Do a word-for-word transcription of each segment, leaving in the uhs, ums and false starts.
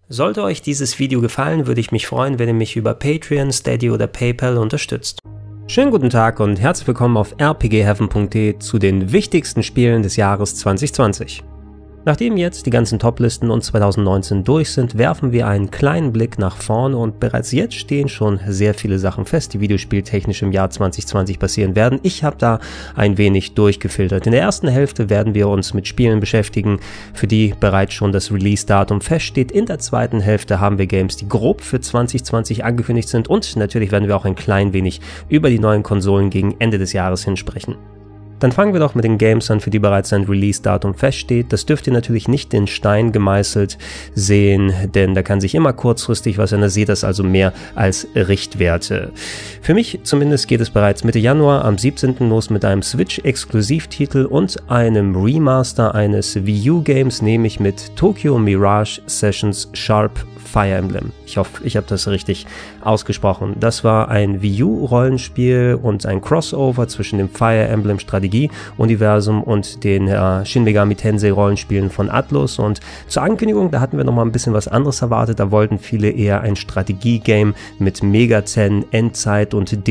Sollte euch dieses Video gefallen, würde ich mich freuen, wenn ihr mich über Patreon, Steady oder PayPal unterstützt. Schönen guten Tag und herzlich willkommen auf r p g heaven punkt d e zu den wichtigsten Spielen des Jahres zwanzig zwanzig. Nachdem jetzt die ganzen Toplisten und zwanzig neunzehn durch sind, werfen wir einen kleinen Blick nach vorne und bereits jetzt stehen schon sehr viele Sachen fest, die videospieltechnisch im Jahr zwanzig zwanzig passieren werden. Ich habe da ein wenig durchgefiltert. In der ersten Hälfte werden wir uns mit Spielen beschäftigen, für die bereits schon das Release-Datum feststeht. In der zweiten Hälfte haben wir Games, die grob für zwanzig zwanzig angekündigt sind, und natürlich werden wir auch ein klein wenig über die neuen Konsolen gegen Ende des Jahres hin sprechen. Dann fangen wir doch mit den Games an, für die bereits ein Release-Datum feststeht. Das dürft ihr natürlich nicht in Stein gemeißelt sehen, denn da kann sich immer kurzfristig was ändern. Seht das also mehr als Richtwerte. Für mich zumindest geht es bereits Mitte Januar am siebzehnten los mit einem Switch-Exklusivtitel und einem Remaster eines Wii U-Games, nämlich mit Tokyo Mirage Sessions Sharp Fire Emblem. Ich hoffe, ich habe das richtig ausgesprochen. Das war ein Wii U-Rollenspiel und ein Crossover zwischen dem Fire Emblem Strategie-Universum und den äh, Shin Megami Tensei Rollenspielen von Atlus. Und zur Ankündigung, da hatten wir noch mal ein bisschen was anderes erwartet. Da wollten viele eher ein Strategie-Game mit Megaten, Endzeit und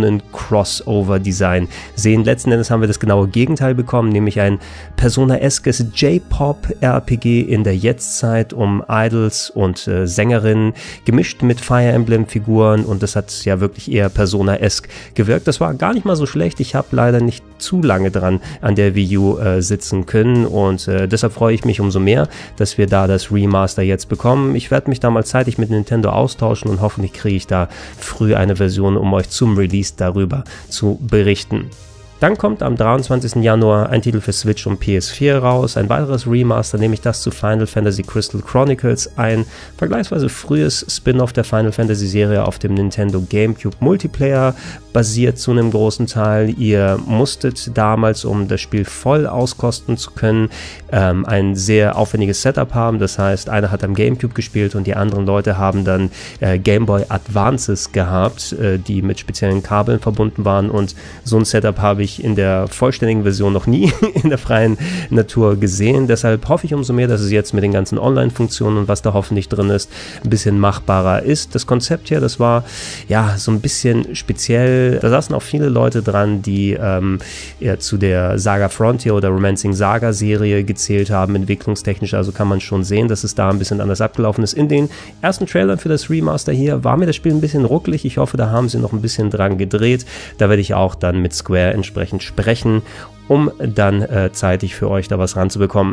Dämonen-Crossover-Design sehen. Letzten Endes haben wir das genaue Gegenteil bekommen, nämlich ein Persona-eskes J-Pop-R P G in der Jetztzeit um Idols und äh, Sängerinnen, gemischt mit Fire Emblem-Figuren, und das hat ja wirklich eher Persona-esk gewirkt. Das war gar nicht mal so schlecht. Ich habe leider nicht zu lange dran an der Wii U äh, sitzen können, und äh, deshalb freue ich mich umso mehr, dass wir da das Remaster jetzt bekommen. Ich werde mich da mal zeitig mit Nintendo austauschen und hoffentlich kriege ich da früh eine Version, um euch zum Release darüber zu berichten. Dann kommt am dreiundzwanzigsten Januar ein Titel für Switch und P S vier raus, ein weiteres Remaster, nämlich das zu Final Fantasy Crystal Chronicles, ein vergleichsweise frühes Spin-off der Final Fantasy Serie auf dem Nintendo GameCube Multiplayer, basiert zu einem großen Teil. Ihr musstet damals, um das Spiel voll auskosten zu können, ähm, ein sehr aufwendiges Setup haben. Das heißt, einer hat am GameCube gespielt und die anderen Leute haben dann äh, Game Boy Advances gehabt, äh, die mit speziellen Kabeln verbunden waren, und so ein Setup habe ich in der vollständigen Version noch nie in der freien Natur gesehen. Deshalb hoffe ich umso mehr, dass es jetzt mit den ganzen Online-Funktionen und was da hoffentlich drin ist, ein bisschen machbarer ist. Das Konzept hier, das war ja so ein bisschen speziell. Da saßen auch viele Leute dran, die ähm, ja, zu der Saga Frontier oder Romancing Saga Serie gezählt haben, entwicklungstechnisch. Also kann man schon sehen, dass es da ein bisschen anders abgelaufen ist. In den ersten Trailern für das Remaster hier war mir das Spiel ein bisschen ruckelig. Ich hoffe, da haben sie noch ein bisschen dran gedreht. Da werde ich auch dann mit Square entsprechend sprechen, um dann äh, zeitig für euch da was ranzubekommen.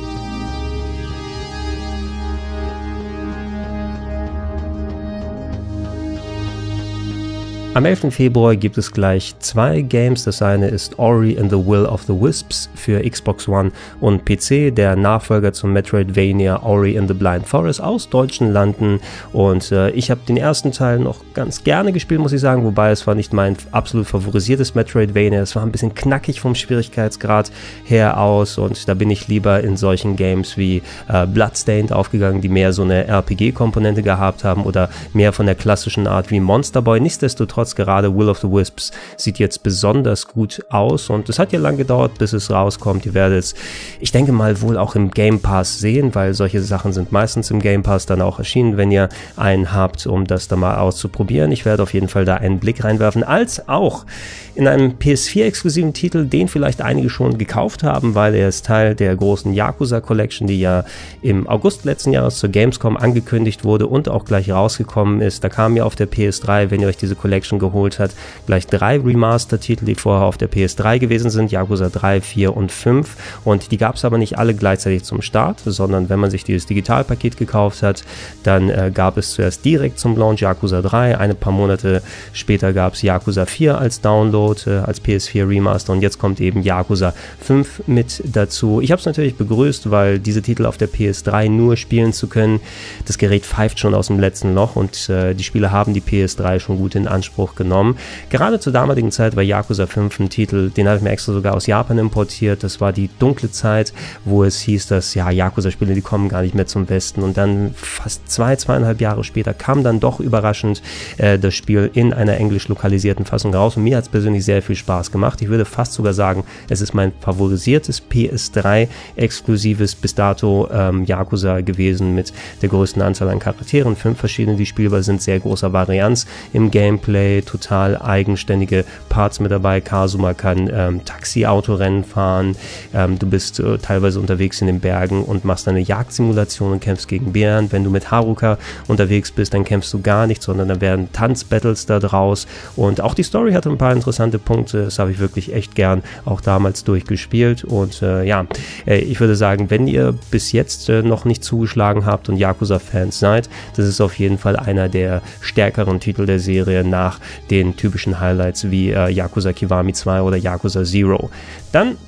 Am elften Februar gibt es gleich zwei Games. Das eine ist Ori and the Will of the Wisps für Xbox One und P C, der Nachfolger zum Metroidvania Ori and the Blind Forest aus deutschen Landen. Und äh, ich habe den ersten Teil noch ganz gerne gespielt, muss ich sagen, wobei es war nicht mein absolut favorisiertes Metroidvania. Es war ein bisschen knackig vom Schwierigkeitsgrad her aus, und da bin ich lieber in solchen Games wie äh, Bloodstained aufgegangen, die mehr so eine R P G-Komponente gehabt haben oder mehr von der klassischen Art wie Monster Boy. Nichtsdestotrotz, gerade Will of the Wisps sieht jetzt besonders gut aus, und es hat ja lang gedauert, bis es rauskommt. Ihr werdet es, ich denke mal, wohl auch im Game Pass sehen, weil solche Sachen sind meistens im Game Pass dann auch erschienen, wenn ihr einen habt, um das da mal auszuprobieren. Ich werde auf jeden Fall da einen Blick reinwerfen, als auch in einem P S vier exklusiven Titel, den vielleicht einige schon gekauft haben, weil er ist Teil der großen Yakuza Collection, die ja im August letzten Jahres zur Gamescom angekündigt wurde und auch gleich rausgekommen ist. Da kam ja auf der P S drei, wenn ihr euch diese Collection geholt hat, gleich drei Remaster-Titel, die vorher auf der P S drei gewesen sind, Yakuza drei, vier und fünf, und die gab es aber nicht alle gleichzeitig zum Start, sondern wenn man sich dieses Digitalpaket gekauft hat, dann äh, gab es zuerst direkt zum Launch Yakuza drei, ein paar Monate später gab es Yakuza vier als Download, äh, als P S vier Remaster, und jetzt kommt eben Yakuza fünf mit dazu. Ich habe es natürlich begrüßt, weil diese Titel auf der P S drei nur spielen zu können, das Gerät pfeift schon aus dem letzten Loch, und äh, die Spieler haben die P S drei schon gut in Anspruch Anspruch genommen. Gerade zur damaligen Zeit war Yakuza fünf ein Titel, den habe ich mir extra sogar aus Japan importiert. Das war die dunkle Zeit, wo es hieß, dass ja Yakuza-Spiele, die kommen gar nicht mehr zum Westen. Und dann fast zwei, zweieinhalb Jahre später kam dann doch überraschend äh, das Spiel in einer englisch lokalisierten Fassung raus. Und mir hat es persönlich sehr viel Spaß gemacht. Ich würde fast sogar sagen, es ist mein favorisiertes P S drei exklusives bis dato ähm, Yakuza gewesen, mit der größten Anzahl an Charakteren, fünf verschiedene, die spielbar sind, sehr großer Varianz im Gameplay, total eigenständige Parts mit dabei. Kazuma kann ähm, Taxi-Autorennen fahren, ähm, du bist äh, teilweise unterwegs in den Bergen und machst eine Jagdsimulation und kämpfst gegen Bären. Wenn du mit Haruka unterwegs bist, dann kämpfst du gar nicht, sondern dann werden Tanzbattles da draus, und auch die Story hatte ein paar interessante Punkte. Das habe ich wirklich echt gern auch damals durchgespielt, und äh, ja, äh, ich würde sagen, wenn ihr bis jetzt äh, noch nicht zugeschlagen habt und Yakuza-Fans seid, das ist auf jeden Fall einer der stärkeren Titel der Serie nach den typischen Highlights wie äh, Yakuza Kiwami zwei oder Yakuza Zero. Dann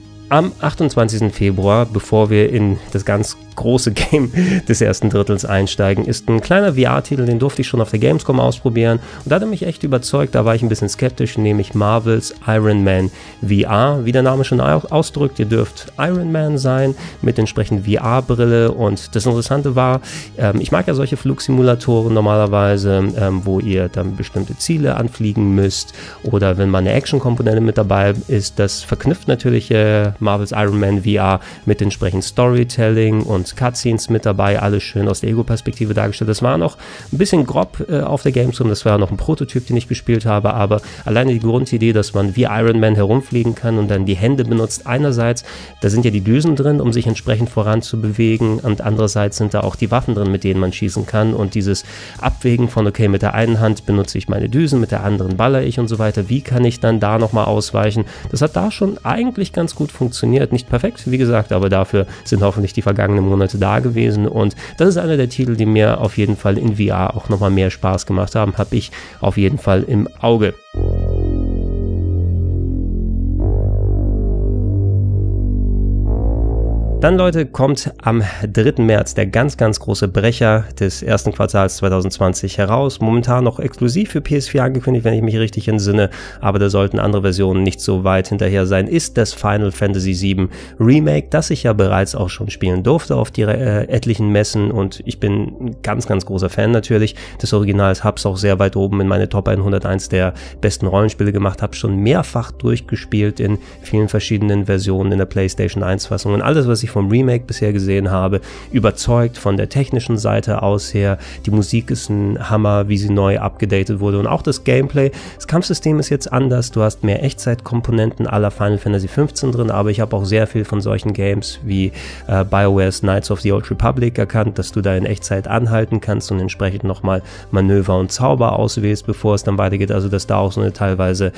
am achtundzwanzigsten Februar, bevor wir in das ganz große Game des ersten Drittels einsteigen, ist ein kleiner V R-Titel, den durfte ich schon auf der Gamescom ausprobieren, und da hat er mich echt überzeugt. Da war ich ein bisschen skeptisch, nämlich Marvels Iron Man V R. Wie der Name schon ausdrückt, ihr dürft Iron Man sein mit entsprechend V R-Brille, und das Interessante war, ähm, ich mag ja solche Flugsimulatoren normalerweise, ähm, wo ihr dann bestimmte Ziele anfliegen müsst, oder wenn mal eine Action-Komponente mit dabei ist. Das verknüpft natürlich äh, Marvels Iron Man V R mit entsprechend Storytelling und Cutscenes mit dabei, alles schön aus der Ego-Perspektive dargestellt. Das war noch ein bisschen grob äh, auf der Gamescom, das war noch ein Prototyp, den ich gespielt habe, aber alleine die Grundidee, dass man wie Iron Man herumfliegen kann und dann die Hände benutzt, einerseits, da sind ja die Düsen drin, um sich entsprechend voranzubewegen, und andererseits sind da auch die Waffen drin, mit denen man schießen kann, und dieses Abwägen von, okay, mit der einen Hand benutze ich meine Düsen, mit der anderen baller ich und so weiter, wie kann ich dann da nochmal ausweichen, das hat da schon eigentlich ganz gut funktioniert, nicht perfekt, wie gesagt, aber dafür sind hoffentlich die vergangenen Monate da gewesen, und das ist einer der Titel, die mir auf jeden Fall in V R auch nochmal mehr Spaß gemacht haben, habe ich auf jeden Fall im Auge. Dann, Leute, kommt am dritten März der ganz, ganz große Brecher des ersten Quartals zwanzig zwanzig heraus. Momentan noch exklusiv für P S vier angekündigt, wenn ich mich richtig entsinne, aber da sollten andere Versionen nicht so weit hinterher sein, ist das Final Fantasy sieben Remake, das ich ja bereits auch schon spielen durfte auf die äh, etlichen Messen, und ich bin ein ganz, ganz großer Fan natürlich des Originals, hab's auch sehr weit oben in meine Top hunderteins der besten Rollenspiele gemacht, hab schon mehrfach durchgespielt in vielen verschiedenen Versionen in der PlayStation eins Fassung, und alles, was ich vom Remake bisher gesehen habe, überzeugt von der technischen Seite aus her. Die Musik ist ein Hammer, wie sie neu abgedatet wurde, und auch das Gameplay. Das Kampfsystem ist jetzt anders, du hast mehr Echtzeitkomponenten à la Final Fantasy fünfzehn drin, aber ich habe auch sehr viel von solchen Games wie äh, BioWare's Knights of the Old Republic erkannt, dass du da in Echtzeit anhalten kannst und entsprechend nochmal Manöver und Zauber auswählst, bevor es dann weitergeht, also dass da auch so eine teilweise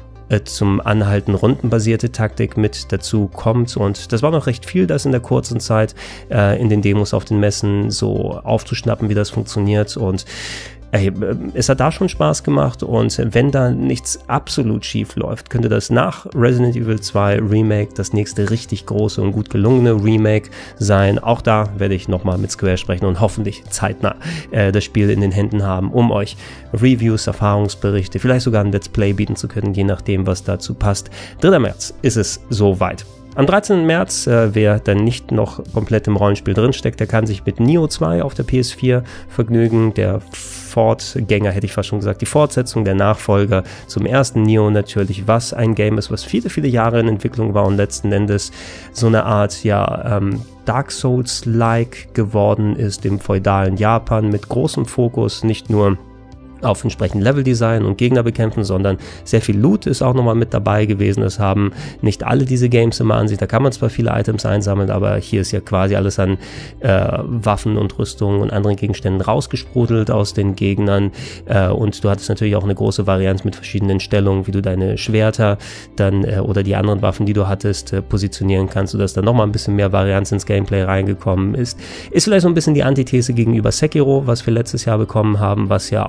zum Anhalten rundenbasierte Taktik mit dazu kommt, und das war noch recht viel, das in der kurzen Zeit äh, in den Demos auf den Messen so aufzuschnappen, wie das funktioniert, und Ey, es hat da schon Spaß gemacht, und wenn da nichts absolut schief läuft, könnte das nach Resident Evil zwei Remake das nächste richtig große und gut gelungene Remake sein. Auch da werde ich nochmal mit Square sprechen und hoffentlich zeitnah äh, das Spiel in den Händen haben, um euch Reviews, Erfahrungsberichte, vielleicht sogar ein Let's Play bieten zu können, je nachdem, was dazu passt. dritter März ist es soweit. Am dreizehnten März, äh, wer dann nicht noch komplett im Rollenspiel drinsteckt, der kann sich mit Nioh zwei auf der P S vier vergnügen. Der Fortgänger, hätte ich fast schon gesagt, die Fortsetzung, der Nachfolger zum ersten Nioh natürlich, was ein Game ist, was viele, viele Jahre in Entwicklung war und letzten Endes so eine Art, ja, ähm, Dark Souls-like geworden ist im feudalen Japan mit großem Fokus, nicht nur auf entsprechend Leveldesign und Gegner bekämpfen, sondern sehr viel Loot ist auch nochmal mit dabei gewesen. Es haben nicht alle diese Games immer an sich, da kann man zwar viele Items einsammeln, aber hier ist ja quasi alles an äh, Waffen und Rüstungen und anderen Gegenständen rausgesprudelt aus den Gegnern, äh, und du hattest natürlich auch eine große Varianz mit verschiedenen Stellungen, wie du deine Schwerter dann äh, oder die anderen Waffen, die du hattest, äh, positionieren kannst, sodass da nochmal ein bisschen mehr Varianz ins Gameplay reingekommen ist. Ist vielleicht so ein bisschen die Antithese gegenüber Sekiro, was wir letztes Jahr bekommen haben, was ja auch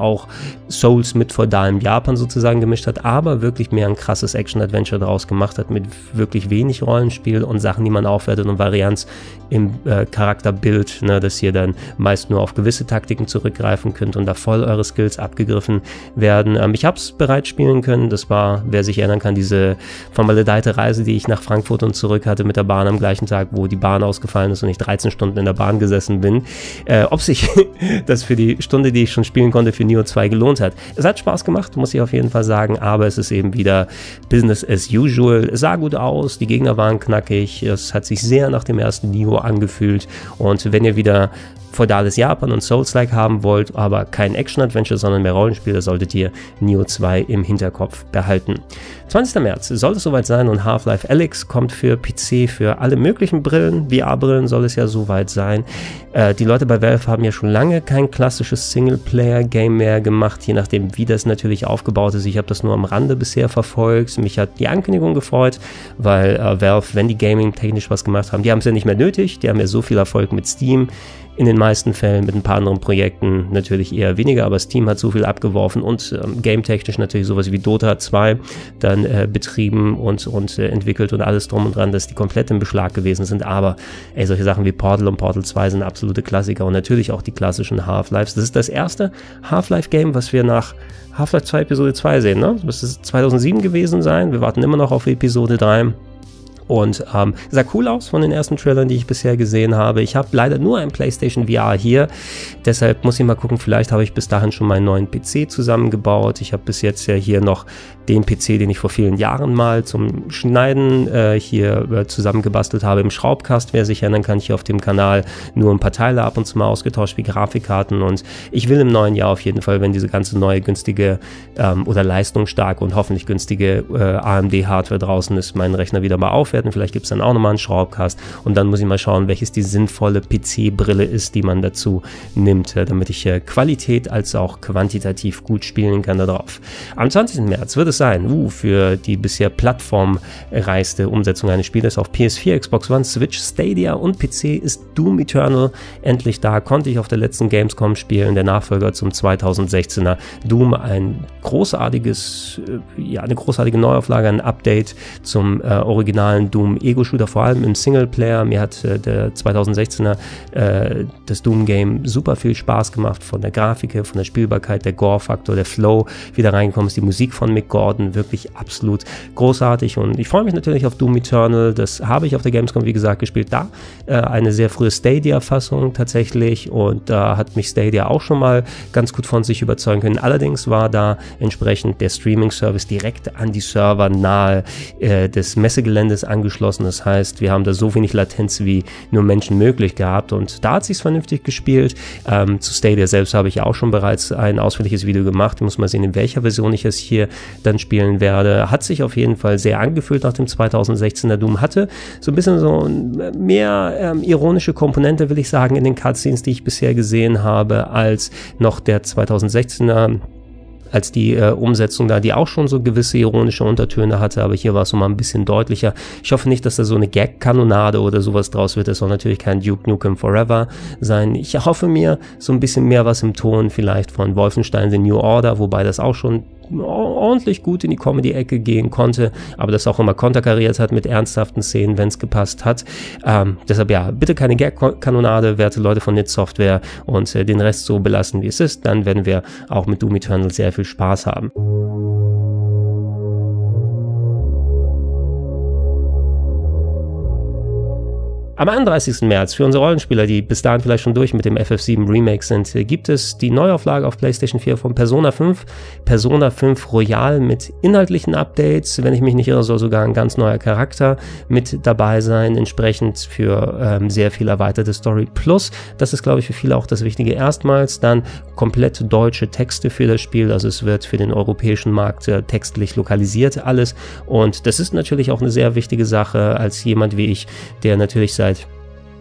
Souls mit feudalem Japan sozusagen gemischt hat, aber wirklich mehr ein krasses Action-Adventure daraus gemacht hat mit wirklich wenig Rollenspiel und Sachen, die man aufwertet und Varianz im äh, Charakterbild, ne, dass ihr dann meist nur auf gewisse Taktiken zurückgreifen könnt und da voll eure Skills abgegriffen werden. Ähm, ich habe es bereits spielen können, das war, wer sich erinnern kann, diese vermaledeite Reise, die ich nach Frankfurt und zurück hatte mit der Bahn am gleichen Tag, wo die Bahn ausgefallen ist und ich dreizehn Stunden in der Bahn gesessen bin. Äh, ob sich das für die Stunde, die ich schon spielen konnte, für Nioh zwei gelohnt hat. Es hat Spaß gemacht, muss ich auf jeden Fall sagen, aber es ist eben wieder Business as usual. Es sah gut aus, die Gegner waren knackig, es hat sich sehr nach dem ersten Nioh angefühlt und wenn ihr wieder feudales Japan und Souls-like haben wollt, aber kein Action-Adventure, sondern mehr Rollenspiel, da solltet ihr Nioh zwei im Hinterkopf behalten. zwanzigster März soll es soweit sein und Half-Life Alyx kommt für P C, für alle möglichen Brillen, V R-Brillen soll es ja soweit sein. Äh, die Leute bei Valve haben ja schon lange kein klassisches Singleplayer-Game mehr gemacht, je nachdem wie das natürlich aufgebaut ist. Ich habe das nur am Rande bisher verfolgt. Mich hat die Ankündigung gefreut, weil äh, Valve, wenn die Gaming technisch was gemacht haben, die haben es ja nicht mehr nötig, die haben ja so viel Erfolg mit Steam, in den meisten Fällen mit ein paar anderen Projekten natürlich eher weniger, aber Steam hat so viel abgeworfen und ähm, game-technisch natürlich sowas wie Dota zwei dann äh, betrieben und, und äh, entwickelt und alles drum und dran, dass die komplett im Beschlag gewesen sind, aber ey, solche Sachen wie Portal und Portal zwei sind absolute Klassiker und natürlich auch die klassischen Half-Lives. Das ist das erste Half-Life-Game, was wir nach Half-Life zwei Episode zwei sehen, ne? Das müsste zweitausendsieben gewesen sein, wir warten immer noch auf Episode drei. Und ähm, sah cool aus von den ersten Trailern, die ich bisher gesehen habe. Ich habe leider nur ein PlayStation V R hier, deshalb muss ich mal gucken, vielleicht habe ich bis dahin schon meinen neuen P C zusammengebaut. Ich habe bis jetzt ja hier noch den P C, den ich vor vielen Jahren mal zum Schneiden äh, hier äh, zusammengebastelt habe im Schraubkast. Wer sich erinnern kann, hier auf dem Kanal nur ein paar Teile ab und zu mal ausgetauscht wie Grafikkarten und ich will im neuen Jahr auf jeden Fall, wenn diese ganze neue günstige ähm, oder leistungsstarke und hoffentlich günstige äh, A M D-Hardware draußen ist, meinen Rechner wieder mal aufwerten. Vielleicht gibt es dann auch nochmal einen Schraubcast und dann muss ich mal schauen, welches die sinnvolle P C-Brille ist, die man dazu nimmt, äh, damit ich äh, Qualität als auch quantitativ gut spielen kann darauf. Am zwanzigsten März wird es sein, uh, für die bisher plattformreichste Umsetzung eines Spieles auf P S vier, Xbox One, Switch, Stadia und P C ist Doom Eternal endlich da. Konnte ich auf der letzten Gamescom spielen, der Nachfolger zum zweitausendsechzehner Doom, ein großartiges, äh, ja, eine großartige Neuauflage, ein Update zum äh, originalen Doom Ego-Shooter, vor allem im Singleplayer. Mir hat äh, der zweitausendsechzehner äh, das Doom-Game super viel Spaß gemacht, von der Grafik her, von der Spielbarkeit, der Gore-Faktor, der Flow, wie da reingekommen ist, die Musik von Mick Gordon, wirklich absolut großartig und ich freue mich natürlich auf Doom Eternal, das habe ich auf der Gamescom, wie gesagt, gespielt, da äh, eine sehr frühe Stadia-Fassung tatsächlich und da hat mich Stadia auch schon mal ganz gut von sich überzeugen können, allerdings war da entsprechend der Streaming-Service direkt an die Server nahe äh, des Messegeländes angeschlossen, das heißt, wir haben da so wenig Latenz wie nur Menschen möglich gehabt und da hat sich's vernünftig gespielt. Ähm, zu Stadia selbst habe ich auch schon bereits ein ausführliches Video gemacht, ich muss mal sehen, in welcher Version ich es hier dann spielen werde. Hat sich auf jeden Fall sehr angefühlt nach dem zweitausendsechzehner Doom, hatte so ein bisschen so mehr ähm, ironische Komponente, will ich sagen, in den Cutscenes, die ich bisher gesehen habe, als noch der zweitausendsechzehner, als die äh, Umsetzung da, die auch schon so gewisse ironische Untertöne hatte, aber hier war es so mal ein bisschen deutlicher. Ich hoffe nicht, dass da so eine Gag-Kanonade oder sowas draus wird. Es soll natürlich kein Duke Nukem Forever sein. Ich hoffe mir so ein bisschen mehr was im Ton vielleicht von Wolfenstein The New Order, wobei das auch schon ordentlich gut in die Comedy-Ecke gehen konnte, aber das auch immer konterkariert hat mit ernsthaften Szenen, wenn es gepasst hat. Ähm, deshalb ja, bitte keine Gag-Kanonade, werte Leute von Nid Software und äh, den Rest so belassen, wie es ist. Dann werden wir auch mit Doom Eternal sehr viel Spaß haben. Am einunddreißigsten März, für unsere Rollenspieler, die bis dahin vielleicht schon durch mit dem F F sieben Remake sind, gibt es die Neuauflage auf PlayStation vier von Persona fünf, Persona fünf Royal mit inhaltlichen Updates. Wenn ich mich nicht irre, soll sogar ein ganz neuer Charakter mit dabei sein, entsprechend für ähm, sehr viel erweiterte Story. Plus, das ist, glaube ich, für viele auch das Wichtige, erstmals dann komplett deutsche Texte für das Spiel. Also es wird für den europäischen Markt äh, textlich lokalisiert alles. Und das ist natürlich auch eine sehr wichtige Sache als jemand wie ich, der natürlich seit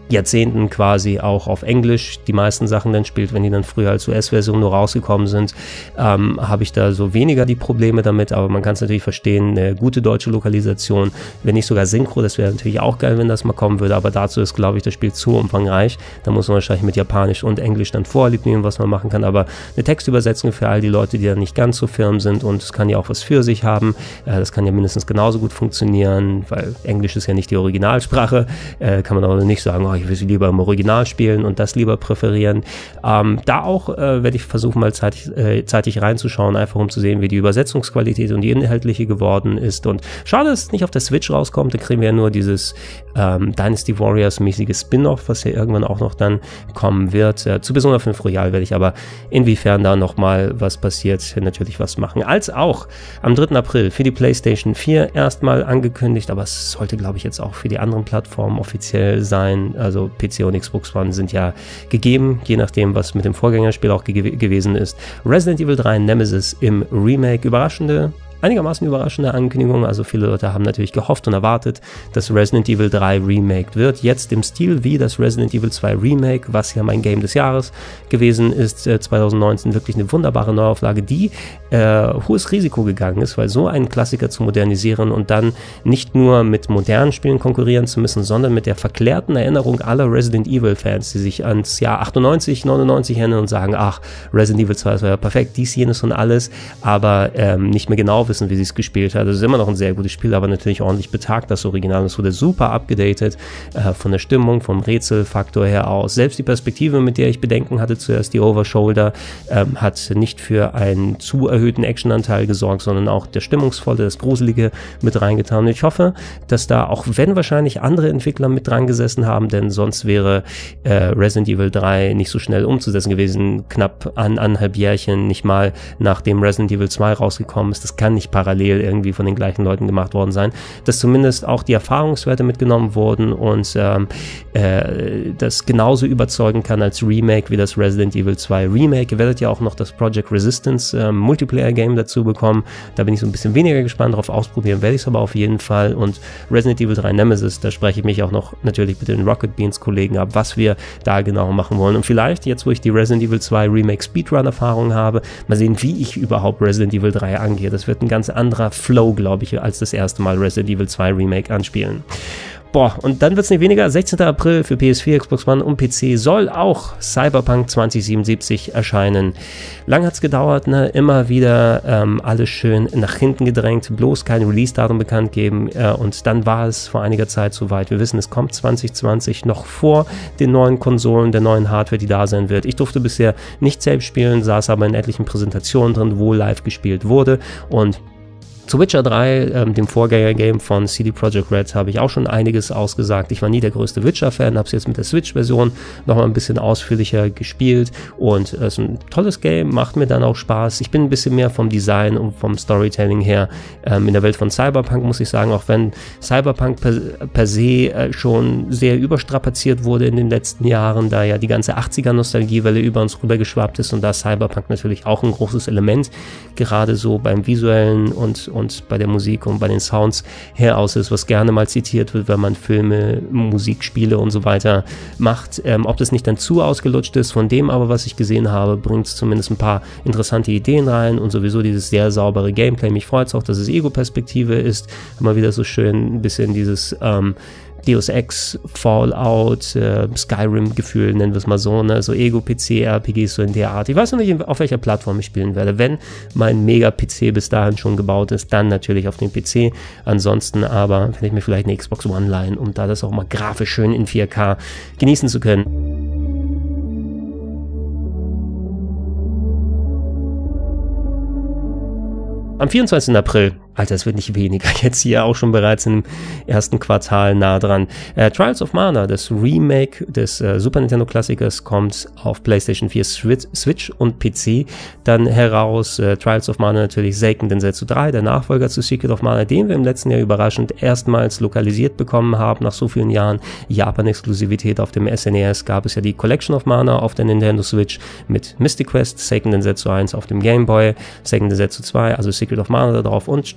Jahrzehnten quasi auch auf Englisch die meisten Sachen dann spielt, wenn die dann früher als U S-Version nur rausgekommen sind, ähm, habe ich da so weniger die Probleme damit, aber man kann es natürlich verstehen, eine gute deutsche Lokalisation, wenn nicht sogar Synchro, das wäre natürlich auch geil, wenn das mal kommen würde, aber dazu ist, glaube ich, das Spiel zu umfangreich, da muss man wahrscheinlich mit Japanisch und Englisch dann vorlieb nehmen, was man machen kann, aber eine Textübersetzung für all die Leute, die dann nicht ganz so firm sind und es kann ja auch was für sich haben, äh, das kann ja mindestens genauso gut funktionieren, weil Englisch ist ja nicht die Originalsprache, äh, kann man auch nicht sagen, oh, ich will sie lieber im Original spielen und das lieber präferieren. Ähm, da auch äh, werde ich versuchen, mal zeitig, äh, zeitig reinzuschauen, einfach um zu sehen, wie die Übersetzungsqualität und die inhaltliche geworden ist. Und schade, dass es nicht auf der Switch rauskommt, da kriegen wir ja nur dieses ähm, Dynasty Warriors-mäßige Spin-Off, was ja irgendwann auch noch dann kommen wird. Äh, zu Persona fünf Royal werde ich aber inwiefern da nochmal was passiert, natürlich was machen. Als auch am dritten April für die PlayStation vier erstmal angekündigt, aber es sollte, glaube ich, jetzt auch für die anderen Plattformen offiziell sein. Also P C und Xbox One sind ja gegeben, je nachdem, was mit dem Vorgängerspiel auch ge gewesen ist. Resident Evil drei Nemesis im Remake. Überraschende, einigermaßen überraschende Ankündigung. Also viele Leute haben natürlich gehofft und erwartet, dass Resident Evil drei remaked wird. Jetzt im Stil wie das Resident Evil zwei Remake, was ja mein Game des Jahres gewesen ist, äh, zwanzig neunzehn. Wirklich eine wunderbare Neuauflage, die äh, hohes Risiko gegangen ist, weil so einen Klassiker zu modernisieren und dann nicht nur mit modernen Spielen konkurrieren zu müssen, sondern mit der verklärten Erinnerung aller Resident Evil Fans, die sich ans Jahr achtundneunzig, neunundneunzig erinnern und sagen, ach, Resident Evil zwei, das war ja perfekt, dies, jenes und alles, aber ähm, nicht mehr genau wissen, wie sie es gespielt hat. Das ist immer noch ein sehr gutes Spiel, aber natürlich ordentlich betagt, das Original. Es wurde super abgedatet, äh, von der Stimmung, vom Rätselfaktor her aus. Selbst die Perspektive, mit der ich Bedenken hatte, zuerst die Overshoulder, ähm, hat nicht für einen zu erhöhten Actionanteil gesorgt, sondern auch der stimmungsvolle, das Gruselige mit reingetan. Und ich hoffe, dass da, auch wenn wahrscheinlich andere Entwickler mit dran gesessen haben, denn sonst wäre äh, Resident Evil drei nicht so schnell umzusetzen gewesen, knapp an anderthalb Jährchen, nicht mal nachdem Resident Evil zwei rausgekommen ist. Das kann nicht parallel irgendwie von den gleichen Leuten gemacht worden sein, dass zumindest auch die Erfahrungswerte mitgenommen wurden und ähm, äh, das genauso überzeugen kann als Remake wie das Resident Evil zwei Remake. Ihr werdet ja auch noch das Project Resistance äh, Multiplayer-Game dazu bekommen. Da bin ich so ein bisschen weniger gespannt drauf, ausprobieren werde ich es aber auf jeden Fall. Und Resident Evil drei Nemesis, da spreche ich mich auch noch natürlich mit den Rocket Beans Kollegen ab, was wir da genau machen wollen. Und vielleicht, jetzt wo ich die Resident Evil zwei Remake Speedrun-Erfahrung habe, mal sehen, wie ich überhaupt Resident Evil drei angehe. Das wird ein ganz anderer Flow, glaube ich, als das erste Mal Resident Evil zwei Remake anspielen. Boah, und dann wird es nicht weniger. sechzehnten April für P S vier, Xbox One und P C soll auch Cyberpunk zwanzig siebenundsiebzig erscheinen. Lang hat es gedauert, ne? Immer wieder ähm, alles schön nach hinten gedrängt, bloß kein Release-Datum bekannt geben äh, und dann war es vor einiger Zeit soweit. Wir wissen, es kommt zwanzig zwanzig, noch vor den neuen Konsolen, der neuen Hardware, die da sein wird. Ich durfte bisher nicht selbst spielen, saß aber in etlichen Präsentationen drin, wo live gespielt wurde, und zu Witcher drei, ähm, dem Vorgänger-Game von C D Projekt Red, habe ich auch schon einiges ausgesagt. Ich war nie der größte Witcher-Fan, habe es jetzt mit der Switch-Version noch mal ein bisschen ausführlicher gespielt und es äh, ist ein tolles Game, macht mir dann auch Spaß. Ich bin ein bisschen mehr vom Design und vom Storytelling her ähm, in der Welt von Cyberpunk, muss ich sagen, auch wenn Cyberpunk per, per se äh, schon sehr überstrapaziert wurde in den letzten Jahren, da ja die ganze achtziger-Nostalgiewelle über uns rübergeschwappt ist und da Cyberpunk natürlich auch ein großes Element, gerade so beim visuellen und und bei der Musik und bei den Sounds her aus ist, was gerne mal zitiert wird, wenn man Filme, Musik, Spiele und so weiter macht. Ähm, ob das nicht dann zu ausgelutscht ist, von dem aber, was ich gesehen habe, bringt es zumindest ein paar interessante Ideen rein und sowieso dieses sehr saubere Gameplay. Mich freut es auch, dass es Ego-Perspektive ist. Immer wieder so schön ein bisschen dieses ähm, Deus Ex, Fallout, äh, Skyrim-Gefühl, nennen wir es mal so, ne? So Ego-P C-R P Gs so in der Art. Ich weiß noch nicht, auf welcher Plattform ich spielen werde. Wenn mein Mega-P C bis dahin schon gebaut ist, dann natürlich auf dem P C. Ansonsten aber werde ich mir vielleicht eine Xbox One leihen, um da das auch mal grafisch schön in vier K genießen zu können. Am vierundzwanzigsten April, Alter, es wird nicht weniger, jetzt hier auch schon bereits im ersten Quartal nah dran. Äh, Trials of Mana, das Remake des äh, Super Nintendo Klassikers, kommt auf PlayStation vier, Switch und P C dann heraus. Äh, Trials of Mana natürlich Seiken Densetsu drei, der Nachfolger zu Secret of Mana, den wir im letzten Jahr überraschend erstmals lokalisiert bekommen haben. Nach so vielen Jahren Japan-Exklusivität auf dem S N E S gab es ja die Collection of Mana auf der Nintendo Switch mit Mystic Quest, Seiken Densetsu eins auf dem Game Boy, Seiken Densetsu zwei, also Secret of Mana da drauf und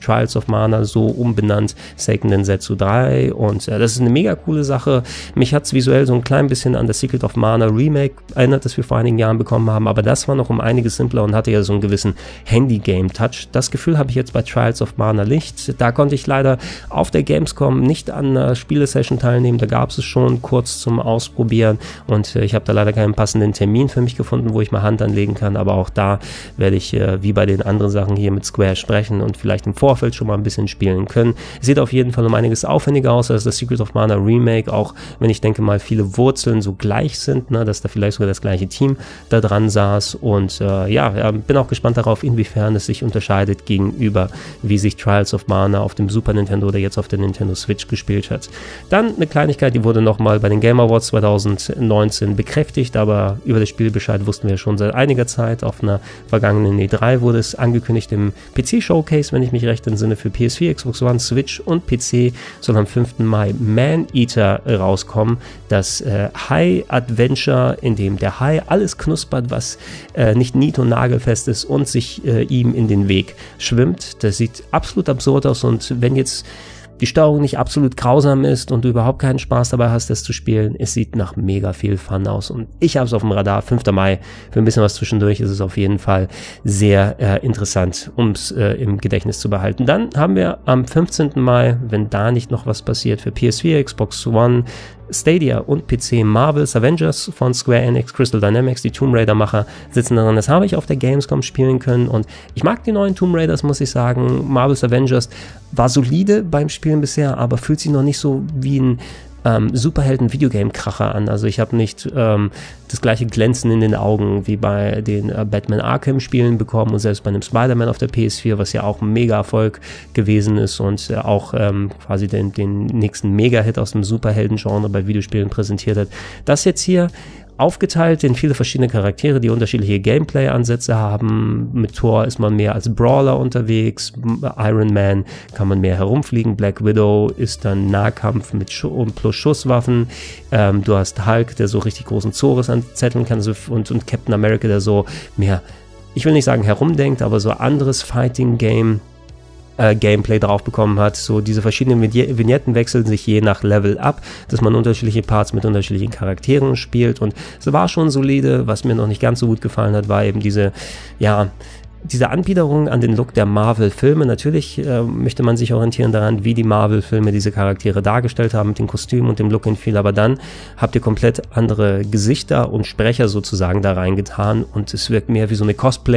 Trials of Mana so umbenannt, Seiken Densetsu drei, und äh, das ist eine mega coole Sache. Mich hat es visuell so ein klein bisschen an das Secret of Mana Remake erinnert, das wir vor einigen Jahren bekommen haben, aber das war noch um einiges simpler und hatte ja so einen gewissen Handy-Game-Touch. Das Gefühl habe ich jetzt bei Trials of Mana Licht. Da konnte ich leider auf der Gamescom nicht an einer Spielesession teilnehmen, da gab es es schon kurz zum Ausprobieren, und äh, ich habe da leider keinen passenden Termin für mich gefunden, wo ich mal Hand anlegen kann, aber auch da werde ich äh, wie bei den anderen Sachen hier mit Square sprechen und vielleicht im Vorfeld schon mal ein bisschen spielen können. Es sieht auf jeden Fall um einiges aufwendiger aus als das Secret of Mana Remake, auch wenn ich denke mal viele Wurzeln so gleich sind, ne, dass da vielleicht sogar das gleiche Team da dran saß, und äh, ja, bin auch gespannt darauf, inwiefern es sich unterscheidet gegenüber, wie sich Trials of Mana auf dem Super Nintendo oder jetzt auf der Nintendo Switch gespielt hat. Dann eine Kleinigkeit, die wurde nochmal bei den Game Awards zwanzig neunzehn bekräftigt, aber über das Spielbescheid wussten wir schon seit einiger Zeit. Auf einer vergangenen E drei wurde es angekündigt im P C-Showcase, wenn ich mich recht entsinne, für P S vier, Xbox One, Switch und P C soll am fünften Mai Man-Eater rauskommen, das äh, Hai-Adventure, in dem der Hai alles knuspert, was äh, nicht nied- und nagelfest ist und sich äh, ihm in den Weg schwimmt. Das sieht absolut absurd aus, und wenn jetzt die Steuerung nicht absolut grausam ist und du überhaupt keinen Spaß dabei hast, das zu spielen, es sieht nach mega viel Fun aus, und ich habe es auf dem Radar. Fünfter Mai, für ein bisschen was zwischendurch ist es auf jeden Fall sehr äh, interessant, um es äh, im Gedächtnis zu behalten. Dann haben wir am fünfzehnten Mai, wenn da nicht noch was passiert, für P S vier, Xbox One, Stadia und P C Marvel's Avengers von Square Enix, Crystal Dynamics, die Tomb Raider Macher sitzen daran. Das habe ich auf der Gamescom spielen können, und ich mag die neuen Tomb Raiders, muss ich sagen. Marvel's Avengers war solide beim Spielen bisher, aber fühlt sich noch nicht so wie ein ähm, Superhelden-Videogame-Kracher an. Also ich habe nicht ähm, das gleiche Glänzen in den Augen wie bei den äh, Batman Arkham-Spielen bekommen, und selbst bei einem Spider-Man auf der P S vier, was ja auch ein Mega-Erfolg gewesen ist und äh, auch ähm, quasi den, den nächsten Mega-Hit aus dem Superhelden-Genre bei Videospielen präsentiert hat. Das jetzt hier aufgeteilt in viele verschiedene Charaktere, die unterschiedliche Gameplay-Ansätze haben. Mit Thor ist man mehr als Brawler unterwegs, Iron Man kann man mehr herumfliegen, Black Widow ist dann Nahkampf mit Schu und plus Schusswaffen. Ähm, du hast Hulk, der so richtig großen Zores anzetteln kann, so, und, und Captain America, der so mehr, ich will nicht sagen herumdenkt, aber so anderes Fighting-Game Äh, Gameplay drauf bekommen hat. So diese verschiedenen Vignetten wechseln sich je nach Level ab, dass man unterschiedliche Parts mit unterschiedlichen Charakteren spielt, und es war schon solide. Was mir noch nicht ganz so gut gefallen hat, war eben diese, ja, diese Anbiederung an den Look der Marvel-Filme. Natürlich äh, möchte man sich orientieren daran, wie die Marvel-Filme diese Charaktere dargestellt haben, mit den Kostümen und dem Look and Feel, aber dann habt ihr komplett andere Gesichter und Sprecher sozusagen da reingetan, und es wirkt mehr wie so eine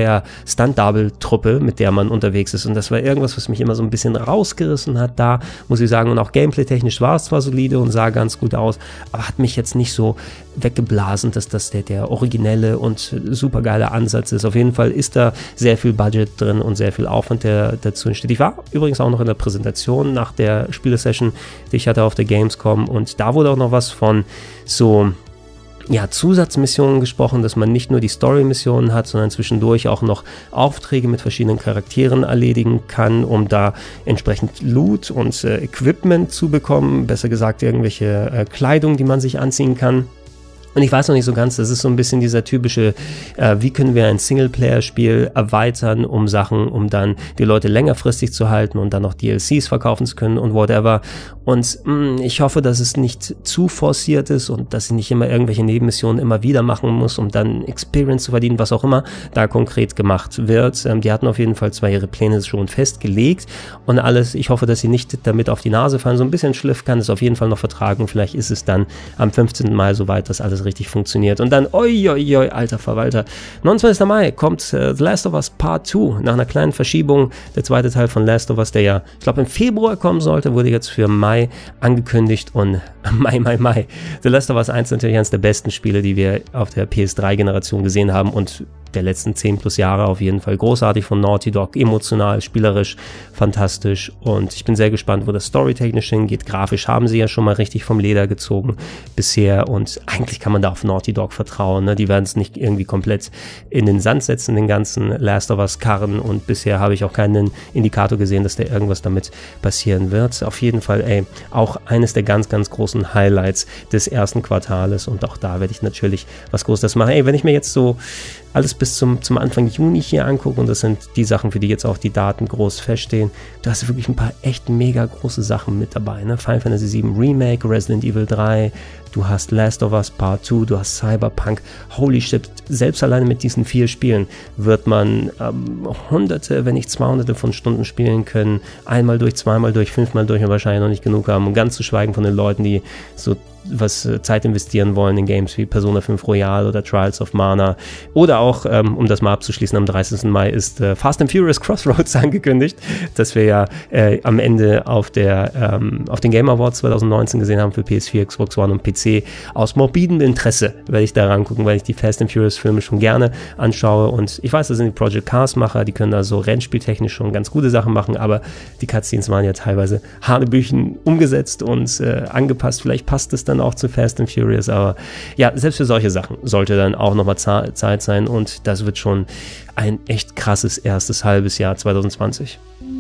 Cosplayer-Stunt-Double-Truppe, mit der man unterwegs ist, und das war irgendwas, was mich immer so ein bisschen rausgerissen hat da, muss ich sagen, und auch Gameplay-technisch war es zwar solide und sah ganz gut aus, aber hat mich jetzt nicht so weggeblasen, dass das der, der originelle und supergeile Ansatz ist. Auf jeden Fall ist da sehr viel Budget drin und sehr viel Aufwand, der dazu entsteht. Ich war übrigens auch noch in der Präsentation nach der Spielesession, die ich hatte auf der Gamescom, und da wurde auch noch was von so, ja, Zusatzmissionen gesprochen, dass man nicht nur die Story-Missionen hat, sondern zwischendurch auch noch Aufträge mit verschiedenen Charakteren erledigen kann, um da entsprechend Loot und äh, Equipment zu bekommen, besser gesagt irgendwelche äh, Kleidung, die man sich anziehen kann. Und ich weiß noch nicht so ganz, das ist so ein bisschen dieser typische, äh, wie können wir ein Singleplayer-Spiel erweitern, um Sachen, um dann die Leute längerfristig zu halten und dann noch D L Cs verkaufen zu können und whatever. Und mh, ich hoffe, dass es nicht zu forciert ist und dass ich nicht immer irgendwelche Nebenmissionen immer wieder machen muss, um dann Experience zu verdienen, was auch immer da konkret gemacht wird. Ähm, die hatten auf jeden Fall zwar ihre Pläne schon festgelegt und alles. Ich hoffe, dass sie nicht damit auf die Nase fallen. So ein bisschen Schliff kann es auf jeden Fall noch vertragen. Vielleicht ist es dann am fünfzehnten Mai soweit, dass alles richtig funktioniert. Und dann, oi, oi, oi, alter Verwalter, neunundzwanzigsten Mai kommt äh, The Last of Us Part zwei. Nach einer kleinen Verschiebung, der zweite Teil von Last of Us, der ja, ich glaube im Februar kommen sollte, wurde jetzt für Mai angekündigt, und Mai, Mai, Mai. The Last of Us eins ist natürlich eines der besten Spiele, die wir auf der P S drei Generation gesehen haben, und der letzten zehn plus Jahre auf jeden Fall großartig von Naughty Dog, emotional, spielerisch, fantastisch, und ich bin sehr gespannt, wo das storytechnisch hingeht. Grafisch haben sie ja schon mal richtig vom Leder gezogen bisher, und eigentlich kann man da auf Naughty Dog vertrauen, ne? Die werden es nicht irgendwie komplett in den Sand setzen, den ganzen Last of Us Karren, und bisher habe ich auch keinen Indikator gesehen, dass da irgendwas damit passieren wird. Auf jeden Fall, ey, auch eines der ganz, ganz großen Highlights des ersten Quartales, und auch da werde ich natürlich was Großes machen. Ey, wenn ich mir jetzt so alles bis zum, zum Anfang Juni hier angucke, und das sind die Sachen, für die jetzt auch die Daten groß feststehen, du hast wirklich ein paar echt mega große Sachen mit dabei, ne? Final Fantasy sieben Remake, Resident Evil drei, du hast Last of Us Part zwei, du hast Cyberpunk. Holy shit, selbst alleine mit diesen vier Spielen wird man ähm, hunderte, wenn nicht zweihunderte von Stunden spielen können. Einmal durch, zweimal durch, fünfmal durch und wahrscheinlich noch nicht genug haben. Und ganz zu schweigen von den Leuten, die so was äh, Zeit investieren wollen in Games wie Persona fünf Royal oder Trials of Mana. Oder auch, ähm, um das mal abzuschließen, am dreißigsten Mai ist äh, Fast and Furious Crossroads angekündigt, das wir ja äh, am Ende auf, der, ähm, auf den Game Awards zwanzig neunzehn gesehen haben für P S vier, Xbox One und P C. Aus morbidem Interesse werde ich da rangucken, weil ich die Fast and Furious Filme schon gerne anschaue, und ich weiß, das sind die Project Cars Macher, die können da so rennspieltechnisch schon ganz gute Sachen machen, aber die Cutscenes waren ja teilweise hanebüchen umgesetzt und äh, angepasst. Vielleicht passt es dann auch zu Fast and Furious, aber ja, selbst für solche Sachen sollte dann auch nochmal Zeit sein, und das wird schon ein echt krasses erstes halbes Jahr zwanzig zwanzig.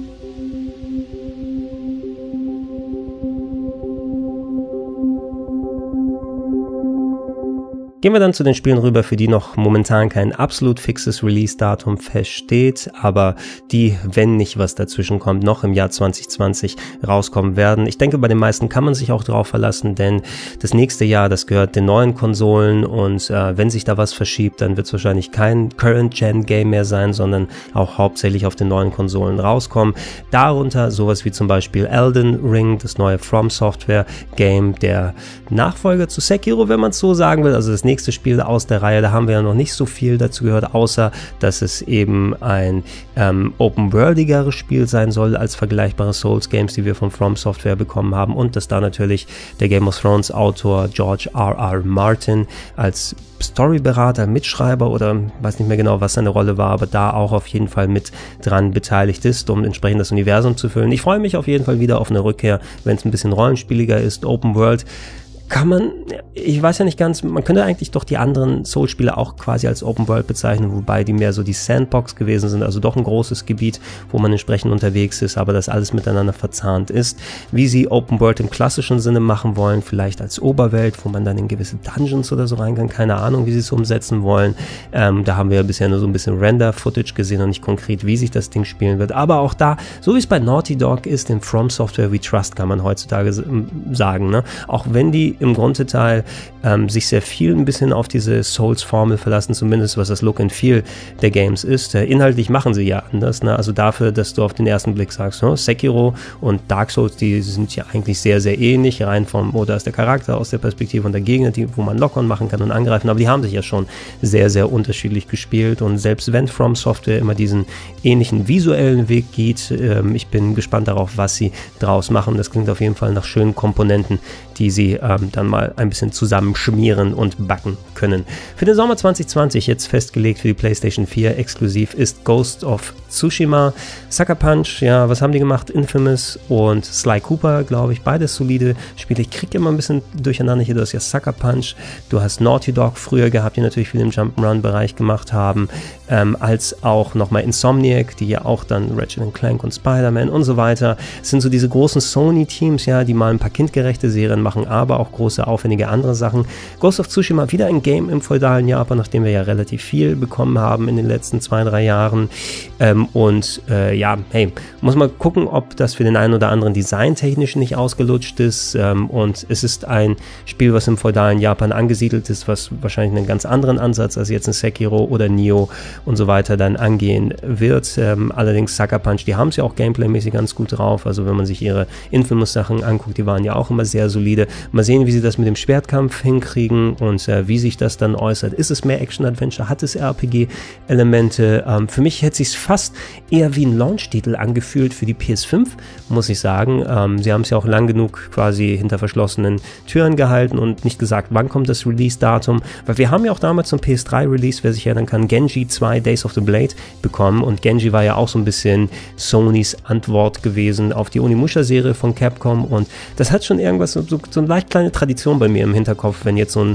Gehen wir dann zu den Spielen rüber, für die noch momentan kein absolut fixes Release-Datum feststeht, aber die, wenn nicht was dazwischen kommt, noch im Jahr zwanzig zwanzig rauskommen werden. Ich denke, bei den meisten kann man sich auch drauf verlassen, denn das nächste Jahr, das gehört den neuen Konsolen, und äh, wenn sich da was verschiebt, dann wird es wahrscheinlich kein Current-Gen-Game mehr sein, sondern auch hauptsächlich auf den neuen Konsolen rauskommen. Darunter sowas wie zum Beispiel Elden Ring, das neue From Software-Game, der Nachfolger zu Sekiro, wenn man es so sagen will, also das nächste Spiel aus der Reihe. Da haben wir ja noch nicht so viel dazu gehört, außer dass es eben ein ähm, open-worldigeres Spiel sein soll als vergleichbare Souls-Games, die wir von From Software bekommen haben, und dass da natürlich der Game of Thrones Autor George R R. Martin als Storyberater, Mitschreiber oder weiß nicht mehr genau, was seine Rolle war, aber da auch auf jeden Fall mit dran beteiligt ist, um entsprechend das Universum zu füllen. Ich freue mich auf jeden Fall wieder auf eine Rückkehr, wenn es ein bisschen rollenspieliger ist, Open World. Kann man, ich weiß ja nicht ganz, man könnte eigentlich doch die anderen Souls-Spiele auch quasi als Open World bezeichnen, wobei die mehr so die Sandbox gewesen sind, also doch ein großes Gebiet, wo man entsprechend unterwegs ist, aber das alles miteinander verzahnt ist. Wie sie Open World im klassischen Sinne machen wollen, vielleicht als Oberwelt, wo man dann in gewisse Dungeons oder so rein kann, keine Ahnung, wie sie es umsetzen wollen. Ähm, da haben wir ja bisher nur so ein bisschen Render-Footage gesehen und nicht konkret, wie sich das Ding spielen wird, aber auch da, so wie es bei Naughty Dog ist, in From Software We Trust, kann man heutzutage sagen, ne? Auch wenn die im Grundteil ähm, sich sehr viel ein bisschen auf diese Souls-Formel verlassen, zumindest was das Look and Feel der Games ist. Äh, inhaltlich machen sie ja anders, ne? Also dafür, dass du auf den ersten Blick sagst, oh, Sekiro und Dark Souls, die sind ja eigentlich sehr, sehr ähnlich, rein vom, oder ist der Charakter aus der Perspektive und der Gegner, die, wo man lockern machen kann und angreifen, aber die haben sich ja schon sehr, sehr unterschiedlich gespielt, und selbst wenn From Software immer diesen ähnlichen visuellen Weg geht, ähm, ich bin gespannt darauf, was sie draus machen. Das klingt auf jeden Fall nach schönen Komponenten, die sie ähm, dann mal ein bisschen zusammenschmieren und backen können. Für den Sommer zwanzig zwanzig jetzt festgelegt für die PlayStation vier exklusiv ist Ghost of Tsushima. Sucker Punch, ja, was haben die gemacht? Infamous und Sly Cooper, glaube ich, beides solide Spiele. Ich kriege immer ein bisschen durcheinander hier, du hast ja Sucker Punch, du hast Naughty Dog früher gehabt, die natürlich viel im Jump'n'Run-Bereich gemacht haben, ähm, als auch nochmal Insomniac, die ja auch dann Ratchet and Clank und Spider-Man und so weiter. Es sind so diese großen Sony-Teams, ja, die mal ein paar kindgerechte Serien machen, aber auch große, aufwendige andere Sachen. Ghost of Tsushima, wieder ein Game im feudalen Japan, nachdem wir ja relativ viel bekommen haben in den letzten zwei, drei Jahren. Ähm, und äh, ja, hey, muss mal gucken, ob das für den einen oder anderen designtechnisch nicht ausgelutscht ist. Ähm, und es ist ein Spiel, was im feudalen Japan angesiedelt ist, was wahrscheinlich einen ganz anderen Ansatz als jetzt ein Sekiro oder Nioh und so weiter dann angehen wird. Ähm, allerdings Sucker Punch, die haben es ja auch gameplaymäßig ganz gut drauf. Also wenn man sich ihre Infamous-Sachen anguckt, die waren ja auch immer sehr solide. Mal sehen, wie sie das mit dem Schwertkampf hinkriegen und äh, wie sich das dann äußert. Ist es mehr Action-Adventure? Hat es R P G-Elemente? Ähm, für mich hätte es sich fast eher wie ein Launch-Titel angefühlt für die P S fünf, muss ich sagen. Ähm, sie haben es ja auch lang genug quasi hinter verschlossenen Türen gehalten und nicht gesagt, wann kommt das Release-Datum, weil wir haben ja auch damals zum P S drei Release, wer sich erinnern kann, Genji zwei Days of the Blade bekommen, und Genji war ja auch so ein bisschen Sonys Antwort gewesen auf die Onimusha-Serie von Capcom, und das hat schon irgendwas, so, so, so eine leicht kleine Tradition bei mir im Hinterkopf, wenn jetzt so ein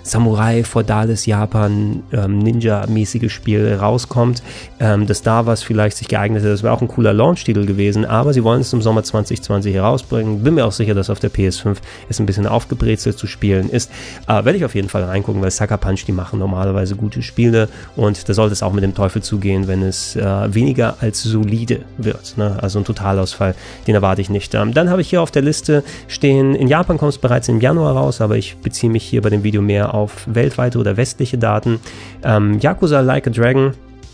Samurai, feudales Japan, ähm, Ninja-mäßiges Spiel rauskommt, ähm, dass da was vielleicht sich geeignet hätte. Das wäre auch ein cooler Launch-Titel gewesen, aber sie wollen es im Sommer zwanzig zwanzig herausbringen. Bin mir auch sicher, dass auf der P S fünf es ein bisschen aufgebrezelt zu spielen ist. Äh, werde ich auf jeden Fall reingucken, weil Sucker Punch, die machen normalerweise gute Spiele und da sollte es auch mit dem Teufel zugehen, wenn es äh, weniger als solide wird. Ne? Also ein Totalausfall, den erwarte ich nicht. Ähm, dann habe ich hier auf der Liste stehen, in Japan kommt es bereits im Januar raus, aber ich beziehe mich hier bei dem Video mehr auf weltweite oder westliche Daten. Ähm, Yakuza Like a Dragon,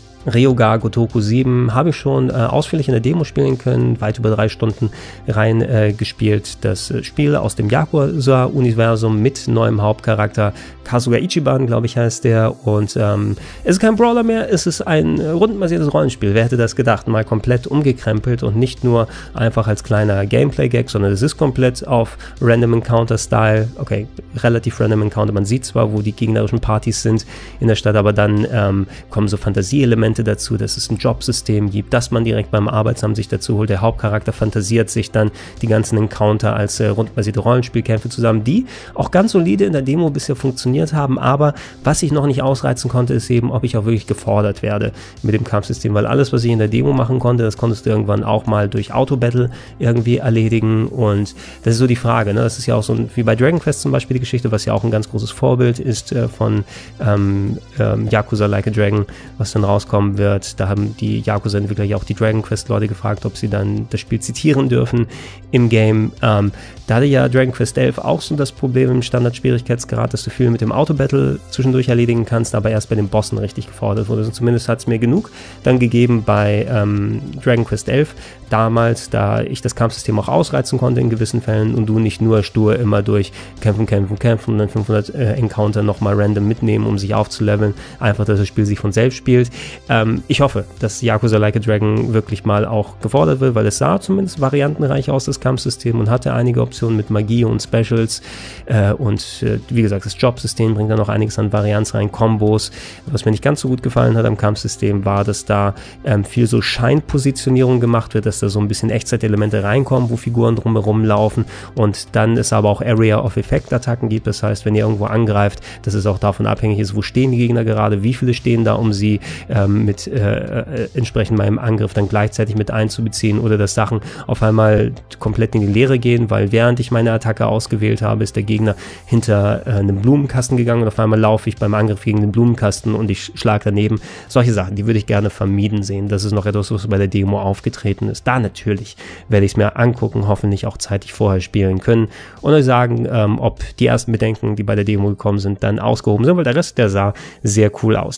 Ryoga Gotoku sieben habe ich schon äh, ausführlich in der Demo spielen können, weit über drei Stunden rein äh, gespielt. Das äh, Spiel aus dem Yakuza-Universum mit neuem Hauptcharakter, Kasuga Ichiban, glaube ich, heißt der. Und ähm, es ist kein Brawler mehr, es ist ein äh, rundenbasiertes Rollenspiel. Wer hätte das gedacht? Mal komplett umgekrempelt und nicht nur einfach als kleiner Gameplay-Gag, sondern es ist komplett auf Random Encounter-Style. Okay, relativ Random Encounter. Man sieht zwar, wo die gegnerischen Partys sind in der Stadt, aber dann ähm, kommen so Fantasieelemente dazu, dass es ein Jobsystem gibt, dass man direkt beim Arbeitsamt sich dazu holt. Der Hauptcharakter fantasiert sich dann die ganzen Encounter als äh, rundbasierte Rollenspielkämpfe zusammen, die auch ganz solide in der Demo bisher funktioniert haben, aber was ich noch nicht ausreizen konnte, ist eben, ob ich auch wirklich gefordert werde mit dem Kampfsystem, weil alles, was ich in der Demo machen konnte, das konntest du irgendwann auch mal durch Auto-Battle irgendwie erledigen und das ist so die Frage, ne? Das ist ja auch so ein, wie bei Dragon Quest zum Beispiel die Geschichte, was ja auch ein ganz großes Vorbild ist äh, von ähm, ähm, Yakuza Like a Dragon, was dann rauskommt wird. Da haben die Yakuza-Entwickler ja auch die Dragon Quest-Leute gefragt, ob sie dann das Spiel zitieren dürfen im Game. Ähm, da hatte ja Dragon Quest elf auch so das Problem im Standard-Schwierigkeitsgrad, dass du viel mit dem Auto-Battle zwischendurch erledigen kannst, aber erst bei den Bossen richtig gefordert wurde. Also zumindest hat es mir genug dann gegeben bei ähm, Dragon Quest elf damals, da ich das Kampfsystem auch ausreizen konnte in gewissen Fällen und du nicht nur stur immer durch kämpfen, kämpfen, kämpfen und dann fünfhundert äh, Encounter nochmal random mitnehmen, um sich aufzuleveln. Einfach, dass das Spiel sich von selbst spielt. Ähm, ich hoffe, dass Yakuza Like a Dragon wirklich mal auch gefordert wird, weil es sah zumindest variantenreich aus, das Kampfsystem, und hatte einige Optionen mit Magie und Specials äh, und äh, wie gesagt, das Jobsystem bringt da noch einiges an Varianz rein, Kombos. Was mir nicht ganz so gut gefallen hat am Kampfsystem war, dass da ähm, viel so Scheinpositionierung gemacht wird, dass da so ein bisschen Echtzeitelemente reinkommen, wo Figuren drumherum laufen und dann es aber auch Area of Effect Attacken gibt, das heißt, wenn ihr irgendwo angreift, dass es auch davon abhängig ist, wo stehen die Gegner gerade, wie viele stehen da, um sie ähm, mit äh, äh, entsprechend meinem Angriff dann gleichzeitig mit einzubeziehen oder dass Sachen auf einmal komplett in die Leere gehen, weil während ich meine Attacke ausgewählt habe, ist der Gegner hinter äh, einem Blumenkasten gegangen und auf einmal laufe ich beim Angriff gegen den Blumenkasten und ich schlage daneben. Solche Sachen, die würde ich gerne vermieden sehen. Das ist noch etwas, was bei der Demo aufgetreten ist. Da natürlich werde ich es mir angucken, hoffentlich auch zeitig vorher spielen können und euch sagen, ähm, ob die ersten Bedenken, die bei der Demo gekommen sind, dann ausgehoben sind, weil der Rest, der sah sehr cool aus.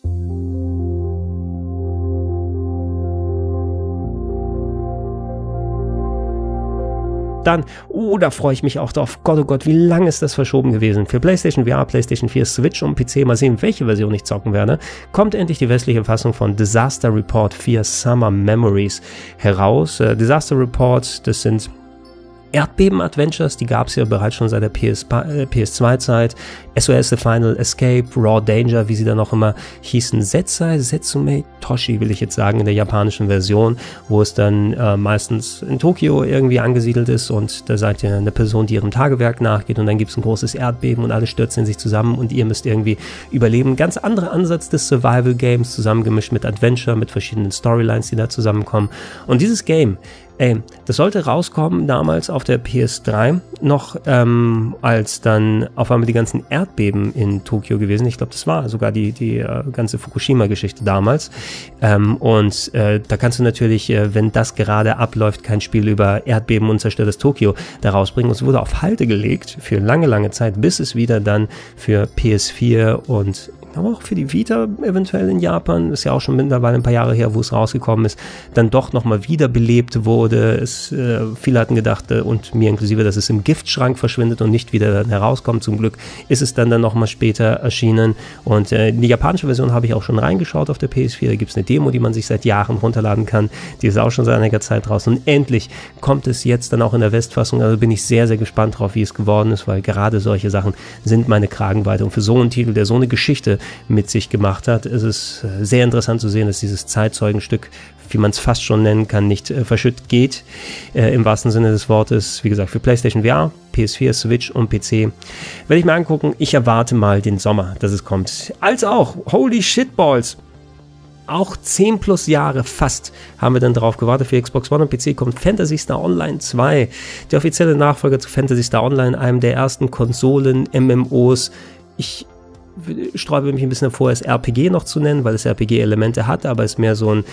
Dann, oh, da freue ich mich auch drauf. Gott, oh Gott, wie lange ist das verschoben gewesen? Für PlayStation V R, PlayStation vier, Switch und P C, mal sehen, welche Version ich zocken werde, kommt endlich die westliche Fassung von Disaster Report vier Summer Memories heraus. Äh, Disaster Report, das sind Erdbeben-Adventures, die gab es ja bereits schon seit der P S zwei Zeit. S O S The Final Escape, Raw Danger, wie sie dann auch immer hießen. Setsai, Setsume Toshi, will ich jetzt sagen, in der japanischen Version, wo es dann äh, meistens in Tokio irgendwie angesiedelt ist und da seid ihr eine Person, die ihrem Tagewerk nachgeht und dann gibt es ein großes Erdbeben und alle stürzen in sich zusammen und ihr müsst irgendwie überleben. Ganz anderer Ansatz des Survival Games, zusammengemischt mit Adventure, mit verschiedenen Storylines, die da zusammenkommen. Und dieses Game, ey, das sollte rauskommen damals auf der P S drei noch, ähm, als dann auf einmal die ganzen Erdbeben in Tokio gewesen. Ich glaube, das war sogar die, die äh, ganze Fukushima-Geschichte damals. Ähm, und äh, da kannst du natürlich, äh, wenn das gerade abläuft, kein Spiel über Erdbeben und zerstörtes Tokio da rausbringen. Und es wurde auf Halte gelegt für lange, lange Zeit, bis es wieder dann für P S vier und aber auch für die Vita eventuell in Japan, ist ja auch schon mittlerweile ein paar Jahre her, wo es rausgekommen ist, dann doch nochmal wiederbelebt wurde. Es, äh, viele hatten gedacht, äh, und mir inklusive, dass es im Giftschrank verschwindet und nicht wieder dann herauskommt. Zum Glück ist es dann, dann nochmal später erschienen. Und äh, die japanische Version habe ich auch schon reingeschaut auf der P S vier. Da gibt es eine Demo, die man sich seit Jahren runterladen kann. Die ist auch schon seit einiger Zeit draußen. Und endlich kommt es jetzt dann auch in der Westfassung. Also bin ich sehr, sehr gespannt drauf, wie es geworden ist, weil gerade solche Sachen sind meine Kragenweite. Und für so einen Titel, der so eine Geschichte mit sich gemacht hat. Es ist sehr interessant zu sehen, dass dieses Zeitzeugenstück, wie man es fast schon nennen kann, nicht äh, verschütt geht, äh, im wahrsten Sinne des Wortes. Wie gesagt, für PlayStation V R, P S vier, Switch und P C werde ich mir angucken. Ich erwarte mal den Sommer, dass es kommt. Als auch, holy shitballs, auch zehn plus Jahre fast haben wir dann drauf gewartet. Für Xbox One und P C kommt Phantasy Star Online zwei, der offizielle Nachfolger zu Phantasy Star Online, einem der ersten Konsolen-M M Os. Ich sträube mich ein bisschen davor, es R P G noch zu nennen, weil es R P G-Elemente hat, aber es mehr so ein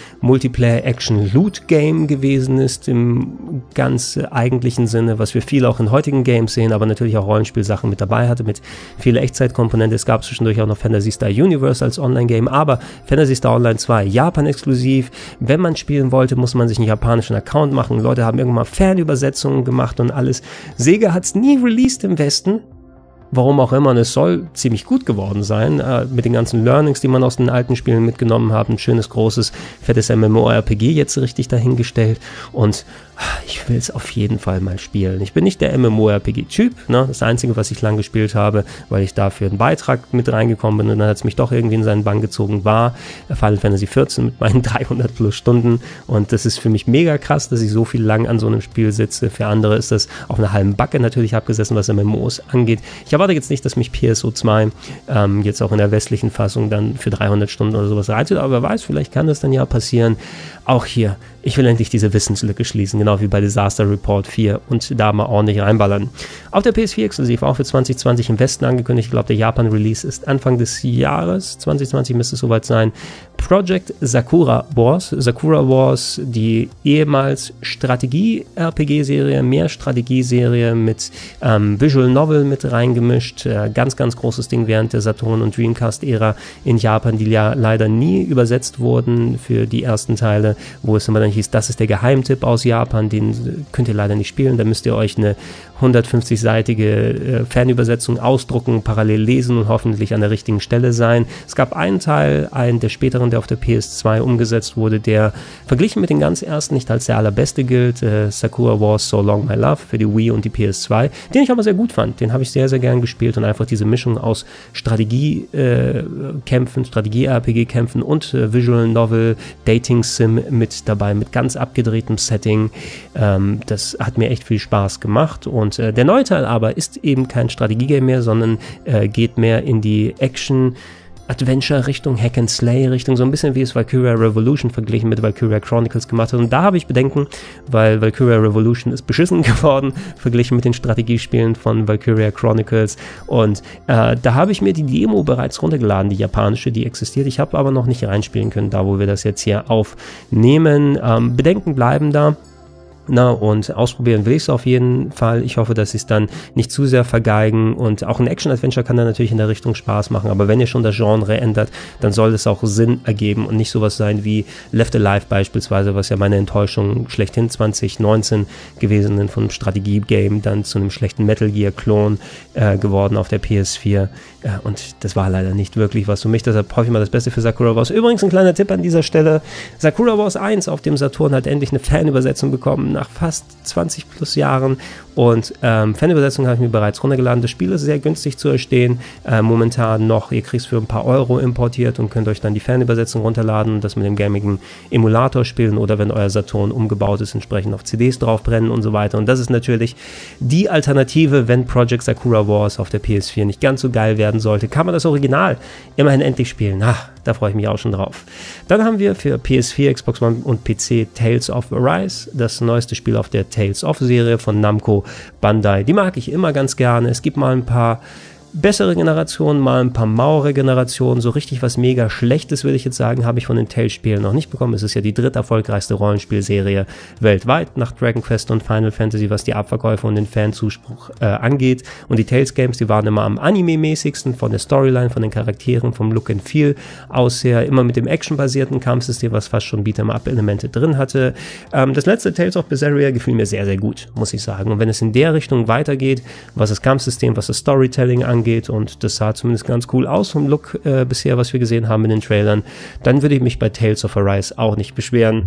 Multiplayer-Action-Loot-Game gewesen ist, im ganz eigentlichen Sinne, was wir viel auch in heutigen Games sehen, aber natürlich auch Rollenspielsachen mit dabei hatte, mit vielen Echtzeitkomponenten. Es gab zwischendurch auch noch Phantasy Star Universe als Online-Game, aber Phantasy Star Online zwei, Japan-exklusiv. Wenn man spielen wollte, muss man sich einen japanischen Account machen. Leute haben irgendwann mal Fernübersetzungen gemacht und alles. Sega hat es nie released im Westen. Warum auch immer, und es soll ziemlich gut geworden sein, äh, mit den ganzen Learnings, die man aus den alten Spielen mitgenommen hat. Ein schönes, großes, fettes MMORPG jetzt richtig dahingestellt, und ich will es auf jeden Fall mal spielen. Ich bin nicht der MMORPG-Typ, ne? Das Einzige, was ich lang gespielt habe, weil ich dafür einen Beitrag mit reingekommen bin und dann hat es mich doch irgendwie in seinen Bann gezogen, war Final Fantasy vierzehn mit meinen dreihundert plus Stunden, und das ist für mich mega krass, dass ich so viel lang an so einem Spiel sitze. Für andere ist das auf einer halben Backe natürlich abgesessen, was M M Os angeht. Ich erwarte jetzt nicht, dass mich P S O zwei ähm, jetzt auch in der westlichen Fassung dann für dreihundert Stunden oder sowas reizt, aber wer weiß, vielleicht kann das dann ja passieren. Auch hier, ich will endlich diese Wissenslücke schließen, genau wie bei Disaster Report vier, und da mal ordentlich reinballern. Auf der P S vier exklusiv, auch für zwanzig zwanzig im Westen angekündigt. Ich glaube, der Japan-Release ist Anfang des Jahres, zwanzig zwanzig müsste es soweit sein. Project Sakura Wars. Sakura Wars, die ehemals Strategie-R P G-Serie, mehr Strategieserie mit ähm, Visual Novel mit reingemischt. Äh, ganz, ganz großes Ding während der Saturn- und Dreamcast-Ära in Japan, die ja leider nie übersetzt wurden für die ersten Teile, wo es immer dann hieß, das ist der Geheimtipp aus Japan, den könnt ihr leider nicht spielen, da müsst ihr euch eine hundertfünfzig-seitige äh, Fernübersetzung ausdrucken, parallel lesen und hoffentlich an der richtigen Stelle sein. Es gab einen Teil, einen der späteren, der auf der P S zwei umgesetzt wurde, der verglichen mit den ganz ersten nicht als der allerbeste gilt, äh, Sakura Wars So Long My Love für die Wii und die P S zwei, den ich aber sehr gut fand, den habe ich sehr, sehr gern gespielt, und einfach diese Mischung aus Strategie-Kämpfen, äh, Strategie-R P G-Kämpfen und äh, Visual Novel, Dating-Sim mit dabei, mit ganz abgedrehtem Setting. Ähm, das hat mir echt viel Spaß gemacht, und äh, der neue Teil aber ist eben kein Strategie-Game mehr, sondern äh, geht mehr in die Action- Adventure-Richtung, Hack-and-Slay-Richtung, so ein bisschen wie es Valkyria Revolution verglichen mit Valkyria Chronicles gemacht hat. Und da habe ich Bedenken, weil Valkyria Revolution ist beschissen geworden, verglichen mit den Strategiespielen von Valkyria Chronicles. Und äh, da habe ich mir die Demo bereits runtergeladen, die japanische, die existiert. Ich habe aber noch nicht reinspielen können, da wo wir das jetzt hier aufnehmen. Ähm, Bedenken bleiben da. Na, und ausprobieren will ich es auf jeden Fall. Ich hoffe, dass sie es dann nicht zu sehr vergeigen, und auch ein Action-Adventure kann dann natürlich in der Richtung Spaß machen, aber wenn ihr schon das Genre ändert, dann soll es auch Sinn ergeben und nicht sowas sein wie Left Alive beispielsweise, was ja meine Enttäuschung schlechthin zwanzig neunzehn gewesen ist, von einem Strategie-Game dann zu einem schlechten Metal Gear-Klon äh, geworden auf der P S vier, äh, und das war leider nicht wirklich was für mich, deshalb hoffe ich mal das Beste für Sakura Wars. Übrigens ein kleiner Tipp an dieser Stelle, Sakura Wars eins auf dem Saturn hat endlich eine Fanübersetzung bekommen, nach fast zwanzig plus Jahren, und ähm, Fanübersetzung habe ich mir bereits runtergeladen. Das Spiel ist sehr günstig zu erstehen, äh, momentan noch, ihr kriegt es für ein paar Euro importiert und könnt euch dann die Fanübersetzung runterladen und das mit dem gamigen Emulator spielen, oder wenn euer Saturn umgebaut ist, entsprechend auf C Ds draufbrennen und so weiter, und das ist natürlich die Alternative, wenn Project Sakura Wars auf der P S vier nicht ganz so geil werden sollte, kann man das Original immerhin endlich spielen. Ach, da freue ich mich auch schon drauf. Dann haben wir für P S vier, Xbox One und P C Tales of Arise, das neueste Spiel auf der Tales of Serie von Namco Bandai. Die mag ich immer ganz gerne. Es gibt mal ein paar bessere Generationen, mal ein paar mauere Generationen. So richtig was mega Schlechtes, würde ich jetzt sagen, habe ich von den Tales-Spielen noch nicht bekommen. Es ist ja die dritterfolgreichste Rollenspielserie weltweit nach Dragon Quest und Final Fantasy, was die Abverkäufe und den Fanzuspruch äh, angeht. Und die Tales-Games, die waren immer am Anime-mäßigsten, von der Storyline, von den Charakteren, vom Look and Feel aus her, immer mit dem actionbasierten Kampfsystem, was fast schon Beat'em-up-Elemente drin hatte. Ähm, das letzte Tales of Berseria gefiel mir sehr, sehr gut, muss ich sagen. Und wenn es in der Richtung weitergeht, was das Kampfsystem, was das Storytelling angeht, geht, und das sah zumindest ganz cool aus vom Look äh, bisher, was wir gesehen haben in den Trailern, dann würde ich mich bei Tales of Arise auch nicht beschweren.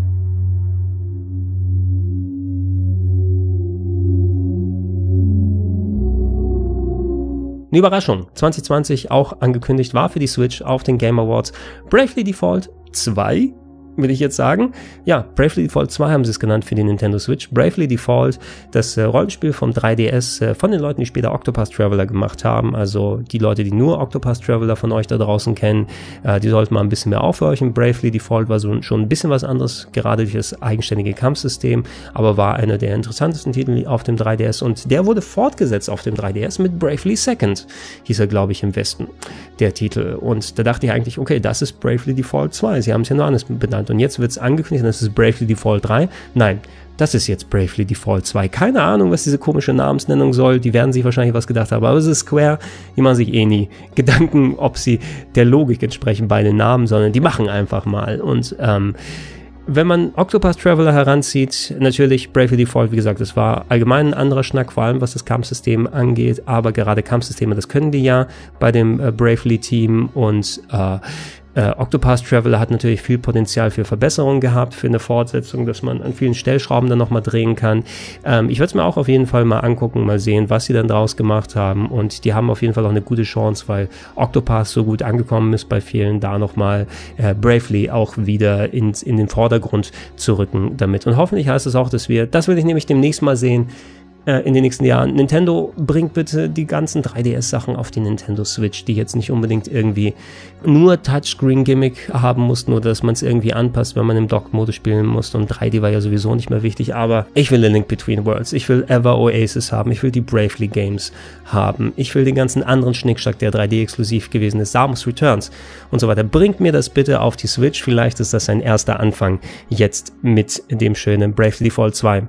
Eine Überraschung, zwanzig zwanzig auch angekündigt war für die Switch auf den Game Awards Bravely Default zwei, will ich jetzt sagen. Ja, Bravely Default zwei haben sie es genannt für die Nintendo Switch. Bravely Default, das äh, Rollenspiel vom drei D S, äh, von den Leuten, die später Octopath Traveler gemacht haben, also die Leute, die nur Octopath Traveler von euch da draußen kennen, äh, die sollten mal ein bisschen mehr aufhorchen. Bravely Default war so schon ein bisschen was anderes, gerade durch das eigenständige Kampfsystem, aber war einer der interessantesten Titel auf dem drei D S und der wurde fortgesetzt auf dem drei D S mit Bravely Second, hieß er, glaube ich, im Westen, der Titel. Und da dachte ich eigentlich, okay, das ist Bravely Default zwei, sie haben es ja nur anders benannt. Und jetzt wird es angekündigt, das ist Bravely Default drei. Nein, das ist jetzt Bravely Default zwei. Keine Ahnung, was diese komische Namensnennung soll. Die werden sich wahrscheinlich was gedacht haben. Aber es ist Square, die machen sich eh nie Gedanken, ob sie der Logik entsprechen bei den Namen, sondern die machen einfach mal. Und ähm, wenn man Octopath Traveler heranzieht, natürlich Bravely Default, wie gesagt, das war allgemein ein anderer Schnack, vor allem was das Kampfsystem angeht, aber gerade Kampfsysteme, das können die ja bei dem äh, Bravely-Team und äh, Äh, Octopath Traveler hat natürlich viel Potenzial für Verbesserungen gehabt, für eine Fortsetzung, dass man an vielen Stellschrauben dann nochmal drehen kann. Ähm, ich würde es mir auch auf jeden Fall mal angucken, mal sehen, was sie dann draus gemacht haben, und die haben auf jeden Fall auch eine gute Chance, weil Octopath so gut angekommen ist bei vielen, da nochmal äh, Bravely auch wieder ins, in den Vordergrund zu rücken damit. Und hoffentlich heißt es auch, dass wir, das will ich nämlich demnächst mal sehen, in den nächsten Jahren. Nintendo, bringt bitte die ganzen drei D S-Sachen auf die Nintendo Switch, die jetzt nicht unbedingt irgendwie nur Touchscreen-Gimmick haben mussten oder dass man es irgendwie anpasst, wenn man im Dock-Modus spielen muss, und drei D war ja sowieso nicht mehr wichtig, aber ich will A Link Between Worlds, ich will Ever Oasis haben, ich will die Bravely Games haben, ich will den ganzen anderen Schnickschnack, der drei D-exklusiv gewesen ist, Samus Returns und so weiter. Bringt mir das bitte auf die Switch, vielleicht ist das ein erster Anfang jetzt mit dem schönen Bravely Default zwei.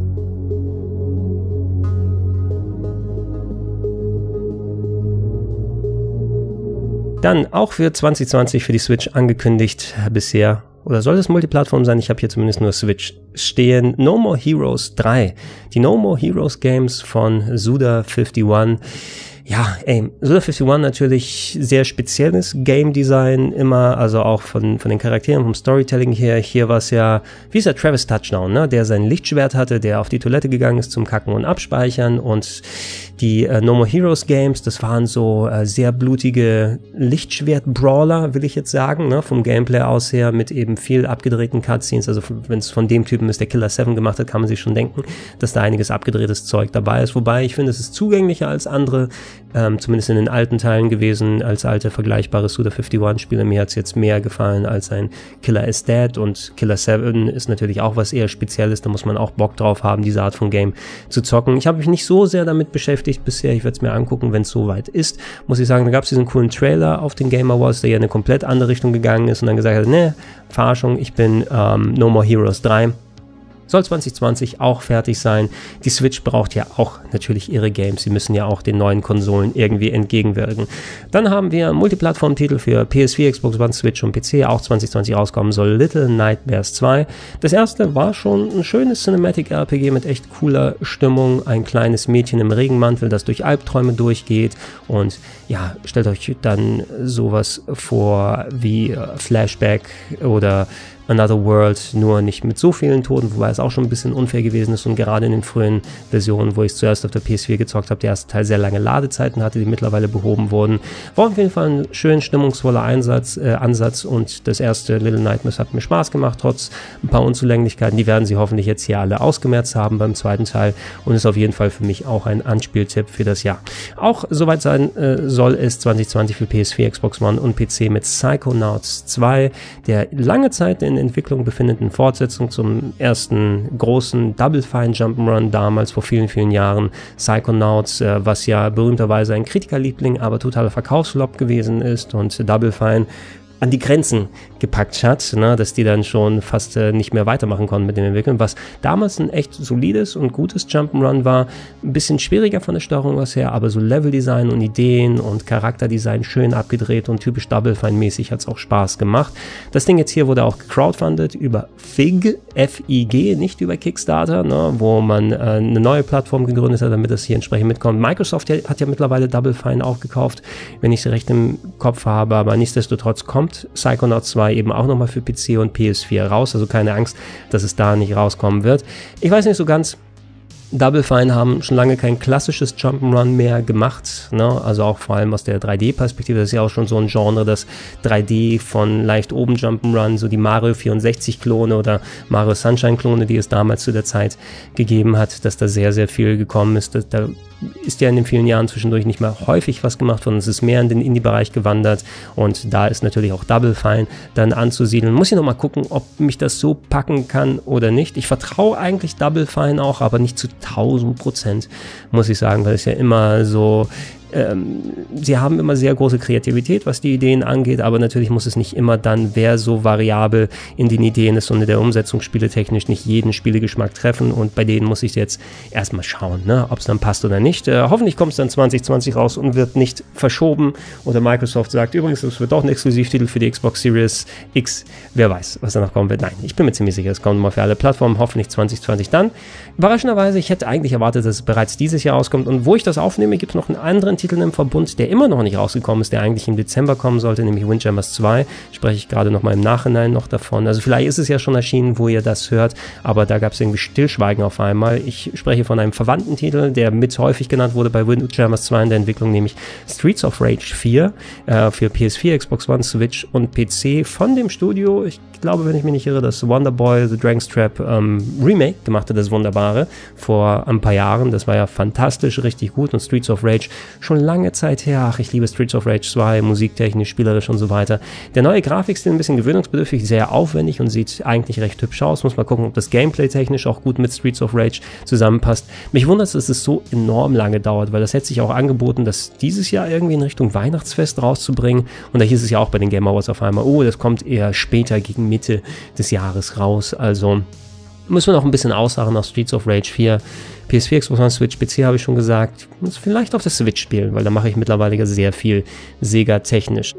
Dann auch für zwanzig zwanzig für die Switch angekündigt bisher, oder soll das Multiplattform sein? Ich habe hier zumindest nur Switch stehen. No More Heroes drei. Die No More Heroes Games von Suda einundfünfzig. Ja, ey, Suda einundfünfzig natürlich sehr spezielles Game Design immer, also auch von, von den Charakteren, vom Storytelling her. Hier war es ja, wie ist der Travis Touchdown, ne? Der sein Lichtschwert hatte, der auf die Toilette gegangen ist zum Kacken und Abspeichern, und die äh, No More Heroes Games, das waren so äh, sehr blutige Lichtschwert-Brawler, will ich jetzt sagen, ne? Vom Gameplay aus her, mit eben viel abgedrehten Cutscenes, also wenn es von dem Typen ist, der Killer seven gemacht hat, kann man sich schon denken, dass da einiges abgedrehtes Zeug dabei ist, wobei ich finde, es ist zugänglicher als andere, Ähm, zumindest in den alten Teilen gewesen, als alte vergleichbare Suda einundfünfzig Spiele. Mir hat es jetzt mehr gefallen als ein Killer is Dead, und Killer seven ist natürlich auch was eher Spezielles, da muss man auch Bock drauf haben, diese Art von Game zu zocken. Ich habe mich nicht so sehr damit beschäftigt bisher, ich werde es mir angucken, wenn es soweit ist. Muss ich sagen, da gab es diesen coolen Trailer auf den Game Awards, der ja in eine komplett andere Richtung gegangen ist und dann gesagt hat, ne, Verarschung, ich bin ähm, No More Heroes drei. Soll zwanzig zwanzig auch fertig sein. Die Switch braucht ja auch natürlich ihre Games. Sie müssen ja auch den neuen Konsolen irgendwie entgegenwirken. Dann haben wir Multiplattform-Titel für P S vier, Xbox One, Switch und P C. Auch zwanzig zwanzig rauskommen soll Little Nightmares zwei. Das erste war schon ein schönes Cinematic-R P G mit echt cooler Stimmung. Ein kleines Mädchen im Regenmantel, das durch Albträume durchgeht. Und ja, stellt euch dann sowas vor wie Flashback oder Another World, nur nicht mit so vielen Toten, wobei es auch schon ein bisschen unfair gewesen ist, und gerade in den frühen Versionen, wo ich es zuerst auf der P S vier gezockt habe, der erste Teil sehr lange Ladezeiten hatte, die mittlerweile behoben wurden. War auf jeden Fall ein schön stimmungsvoller Einsatz, äh, Ansatz, und das erste Little Nightmares hat mir Spaß gemacht, trotz ein paar Unzulänglichkeiten. Die werden sie hoffentlich jetzt hier alle ausgemerzt haben beim zweiten Teil, und ist auf jeden Fall für mich auch ein Anspieltipp für das Jahr. Auch soweit sein äh, soll es zwanzig zwanzig für P S vier, Xbox One und P C mit Psychonauts zwei, der lange Zeit in Entwicklung befindenden Fortsetzung zum ersten großen Double Fine Jump'n'Run damals vor vielen, vielen Jahren. Psychonauts, äh, was ja berühmterweise ein Kritikerliebling, aber totaler Verkaufsflop gewesen ist, und Double Fine an die Grenzen gepackt hat, ne, dass die dann schon fast äh, nicht mehr weitermachen konnten mit dem Entwickeln, was damals ein echt solides und gutes Jump'n'Run war, ein bisschen schwieriger von der Steuerung was her, aber so Leveldesign und Ideen und Charakterdesign schön abgedreht und typisch Double Fine mäßig hat es auch Spaß gemacht. Das Ding jetzt hier wurde auch gecrowdfundet über Fig, F I G, nicht über Kickstarter, ne, wo man äh, eine neue Plattform gegründet hat, damit das hier entsprechend mitkommt. Microsoft hat ja mittlerweile Double Fine auch gekauft, wenn ich es recht im Kopf habe, aber nichtsdestotrotz kommt Psychonauts zwei eben auch nochmal für P C und P S vier raus, also keine Angst, dass es da nicht rauskommen wird. Ich weiß nicht so ganz, Double Fine haben schon lange kein klassisches Jump'n'Run mehr gemacht, ne? Also auch vor allem aus der drei D-Perspektive. Das ist ja auch schon so ein Genre, das drei D von leicht oben Jump'n'Run, so die Mario vierundsechzig-Klone oder Mario Sunshine-Klone, die es damals zu der Zeit gegeben hat, dass da sehr, sehr viel gekommen ist. Da, da ist ja in den vielen Jahren zwischendurch nicht mehr häufig was gemacht worden. Es ist mehr in den Indie-Bereich gewandert und da ist natürlich auch Double Fine dann anzusiedeln. Muss ich noch mal gucken, ob mich das so packen kann oder nicht. Ich vertraue eigentlich Double Fine auch, aber nicht zu tausend Prozent, muss ich sagen, weil es ja immer so Ähm, sie haben immer sehr große Kreativität, was die Ideen angeht, aber natürlich muss es nicht immer dann, wer so variabel in den Ideen ist und in der Umsetzung spieletechnisch nicht jeden Spielegeschmack treffen und bei denen muss ich jetzt erstmal schauen, ne, ob es dann passt oder nicht. Äh, hoffentlich kommt es dann zwanzig zwanzig raus und wird nicht verschoben oder Microsoft sagt, übrigens, es wird doch ein Exklusivtitel für die Xbox Series X. Wer weiß, was danach kommen wird. Nein, ich bin mir ziemlich sicher, es kommt mal für alle Plattformen, hoffentlich zwanzig zwanzig dann. Überraschenderweise, ich hätte eigentlich erwartet, dass es bereits dieses Jahr rauskommt und wo ich das aufnehme, gibt es noch einen anderen Titeln im Verbund, der immer noch nicht rausgekommen ist, der eigentlich im Dezember kommen sollte, nämlich Windjammers zwei. Spreche ich gerade noch mal im Nachhinein noch davon. Also vielleicht ist es ja schon erschienen, wo ihr das hört, aber da gab es irgendwie Stillschweigen auf einmal. Ich spreche von einem verwandten Titel, der mit häufig genannt wurde bei Windjammers zwei in der Entwicklung, nämlich Streets of Rage vier äh, für P S vier, Xbox One, Switch und P C von dem Studio, ich glaube, wenn ich mich nicht irre, das Wonderboy The Dragon's Trap ähm, Remake gemacht hat, das Wunderbare, vor ein paar Jahren. Das war ja fantastisch, richtig gut und Streets of Rage schon lange Zeit her. Ach, ich liebe Streets of Rage zwei, musiktechnisch, spielerisch und so weiter. Der neue Grafikstil ein bisschen gewöhnungsbedürftig, sehr aufwendig und sieht eigentlich recht hübsch aus. Muss mal gucken, ob das Gameplay technisch auch gut mit Streets of Rage zusammenpasst. Mich wundert es, dass es so enorm lange dauert, weil das hätte sich auch angeboten, das dieses Jahr irgendwie in Richtung Weihnachtsfest rauszubringen. Und da hieß es ja auch bei den Game Awards auf einmal, oh, das kommt eher später gegen Mitte des Jahres raus. Also müssen wir noch ein bisschen ausharren auf Streets of Rage vier. P S vier, Xbox One, Switch, P C habe ich schon gesagt. Muss vielleicht auf der Switch spielen, weil da mache ich mittlerweile sehr viel Sega-technisch.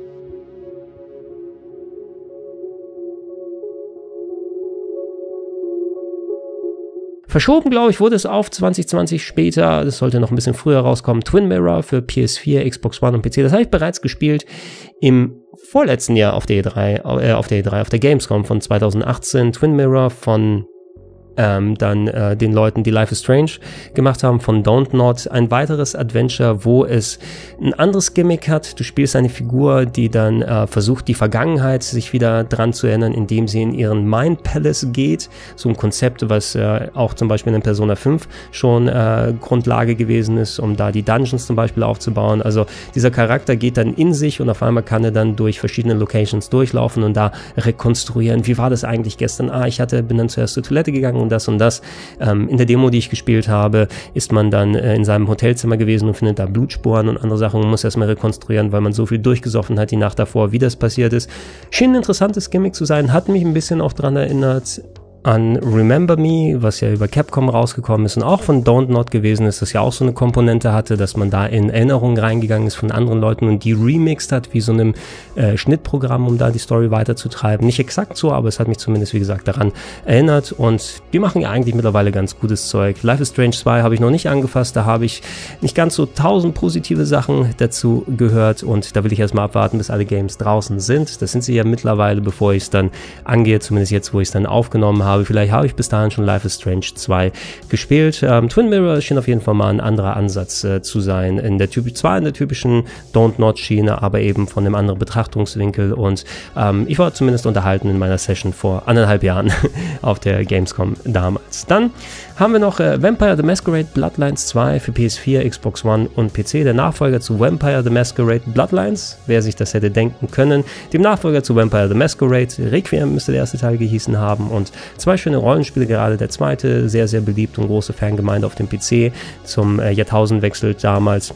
Verschoben, glaube ich, wurde es auf zwanzig zwanzig später. Das sollte noch ein bisschen früher rauskommen. Twin Mirror für P S vier, Xbox One und P C. Das habe ich bereits gespielt im vorletzten Jahr auf der E drei, äh, auf der E drei, auf der Gamescom von zweitausendachtzehn. Twin Mirror von Ähm, dann äh, den Leuten, die Life is Strange gemacht haben, von Don't Not. Ein weiteres Adventure, wo es ein anderes Gimmick hat. Du spielst eine Figur, die dann äh, versucht, die Vergangenheit sich wieder dran zu erinnern, indem sie in ihren Mind Palace geht. So ein Konzept, was äh, auch zum Beispiel in Persona fünf schon äh, Grundlage gewesen ist, um da die Dungeons zum Beispiel aufzubauen. Also dieser Charakter geht dann in sich und auf einmal kann er dann durch verschiedene Locations durchlaufen und da rekonstruieren. Wie war das eigentlich gestern? Ah, ich hatte, bin dann zuerst zur Toilette gegangen und das und das. Ähm, in der Demo, die ich gespielt habe, ist man dann äh, in seinem Hotelzimmer gewesen und findet da Blutspuren und andere Sachen und muss erstmal rekonstruieren, weil man so viel durchgesoffen hat die Nacht davor, wie das passiert ist. Schien ein interessantes Gimmick zu sein, hat mich ein bisschen auch daran erinnert an Remember Me, was ja über Capcom rausgekommen ist und auch von Don't Not gewesen ist, das ja auch so eine Komponente hatte, dass man da in Erinnerungen reingegangen ist von anderen Leuten und die remixed hat, wie so einem äh, Schnittprogramm, um da die Story weiterzutreiben. Nicht exakt so, aber es hat mich zumindest, wie gesagt, daran erinnert und die machen ja eigentlich mittlerweile ganz gutes Zeug. Life is Strange zwei habe ich noch nicht angefasst, da habe ich nicht ganz so tausend positive Sachen dazu gehört und da will ich erstmal abwarten, bis alle Games draußen sind. Das sind sie ja mittlerweile, bevor ich es dann angehe, zumindest jetzt, wo ich es dann aufgenommen habe. habe. Vielleicht habe ich bis dahin schon Life is Strange zwei gespielt. Ähm, Twin Mirror schien auf jeden Fall mal ein anderer Ansatz äh, zu sein. In der Typ, zwar in der typischen Don't Not Schiene, aber eben von einem anderen Betrachtungswinkel. Und ähm, ich war zumindest unterhalten in meiner Session vor anderthalb Jahren auf der Gamescom damals. Dann haben wir noch äh, Vampire the Masquerade Bloodlines zwei für P S vier, Xbox One und P C. Der Nachfolger zu Vampire the Masquerade Bloodlines, wer sich das hätte denken können. Dem Nachfolger zu Vampire the Masquerade Requiem müsste der erste Teil gehießen haben. Und zwei schöne Rollenspiele, gerade der zweite, sehr, sehr beliebt und große Fangemeinde auf dem P C zum äh, Jahrtausendwechsel damals.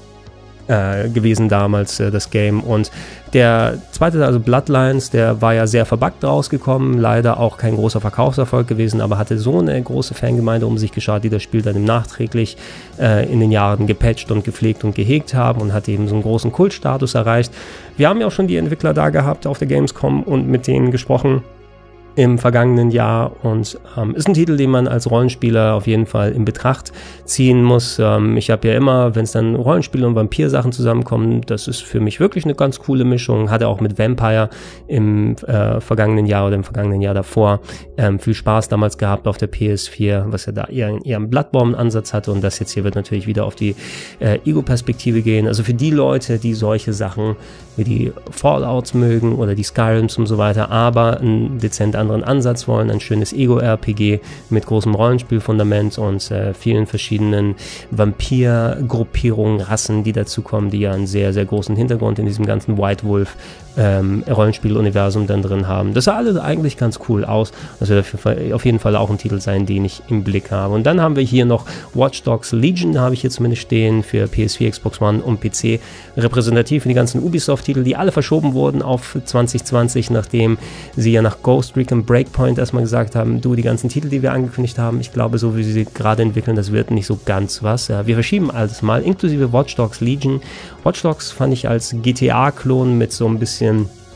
Äh, gewesen damals, äh, das Game. Und der zweite, also Bloodlines, der war ja sehr verbuggt rausgekommen, leider auch kein großer Verkaufserfolg gewesen, aber hatte so eine große Fangemeinde um sich geschaut, die das Spiel dann nachträglich äh, in den Jahren gepatcht und gepflegt und gehegt haben und hat eben so einen großen Kultstatus erreicht. Wir haben ja auch schon die Entwickler da gehabt auf der Gamescom und mit denen gesprochen. im vergangenen Jahr und ähm, ist ein Titel, den man als Rollenspieler auf jeden Fall in Betracht ziehen muss. Ähm, ich habe ja immer, wenn es dann Rollenspiele und Vampir-Sachen zusammenkommen, das ist für mich wirklich eine ganz coole Mischung. Hatte auch mit Vampire im äh, vergangenen Jahr oder im vergangenen Jahr davor ähm, viel Spaß damals gehabt auf der P S vier, was ja da eher, eher einen Bloodborne-Ansatz hatte, und das jetzt hier wird natürlich wieder auf die äh, Ego-Perspektive gehen. Also für die Leute, die solche Sachen wie die Fallouts mögen oder die Skyrims und so weiter, aber einen dezent anderen Ansatz wollen, ein schönes Ego-R P G mit großem Rollenspielfundament und äh, vielen verschiedenen Vampir-Gruppierungen, Rassen, die dazukommen, die ja einen sehr, sehr großen Hintergrund in diesem ganzen White Wolf ähm, Rollenspiel-Universum dann drin haben. Das sah alles eigentlich ganz cool aus. Das wird auf jeden Fall auch ein Titel sein, den ich im Blick habe. Und dann haben wir hier noch Watch Dogs Legion, habe ich hier zumindest stehen, für P S vier, Xbox One und P C, repräsentativ für die ganzen Ubisoft-Titel, die alle verschoben wurden auf zwanzig zwanzig, nachdem sie ja nach Ghost Recon Breakpoint erstmal gesagt haben, du, die ganzen Titel, die wir angekündigt haben, ich glaube, so wie sie gerade entwickeln, das wird nicht so ganz was. Ja, wir verschieben alles mal, inklusive Watch Dogs Legion. Watch Dogs fand ich als G T A-Klon mit so ein bisschen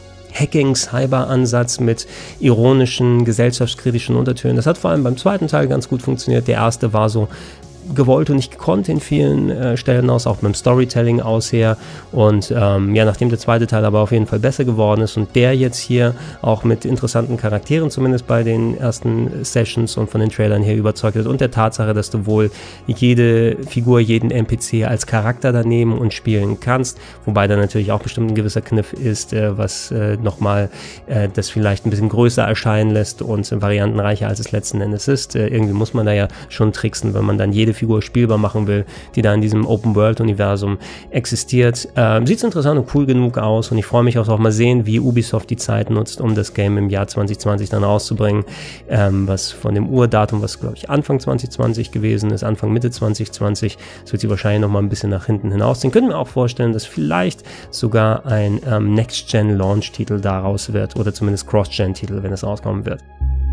Hacking-Cyber-Ansatz mit ironischen, gesellschaftskritischen Untertönen. Das hat vor allem beim zweiten Teil ganz gut funktioniert. Der erste war so gewollt und nicht gekonnt in vielen äh, Stellen aus, auch beim Storytelling aus her. Und ähm, ja, nachdem der zweite Teil aber auf jeden Fall besser geworden ist und der jetzt hier auch mit interessanten Charakteren, zumindest bei den ersten Sessions und von den Trailern hier überzeugt hat, und der Tatsache, dass du wohl jede Figur, jeden N P C als Charakter daneben und spielen kannst, wobei da natürlich auch bestimmt ein gewisser Kniff ist, äh, was äh, nochmal äh, das vielleicht ein bisschen größer erscheinen lässt und variantenreicher, als es letzten Endes ist. Äh, irgendwie muss man da ja schon tricksen, wenn man dann jede Figur spielbar machen will, die da in diesem Open-World-Universum existiert. Ähm, sieht interessant und cool genug aus, und ich freue mich auch, auch mal sehen, wie Ubisoft die Zeit nutzt, um das Game im Jahr zwanzig zwanzig dann rauszubringen, ähm, was von dem Urdatum, was glaube ich Anfang zwanzig zwanzig gewesen ist, Anfang Mitte zwanzig zwanzig, das wird sie wahrscheinlich noch mal ein bisschen nach hinten hinausziehen. Können wir auch vorstellen, dass vielleicht sogar ein ähm, Next-Gen-Launch-Titel daraus wird, oder zumindest Cross-Gen-Titel, wenn es rauskommen wird.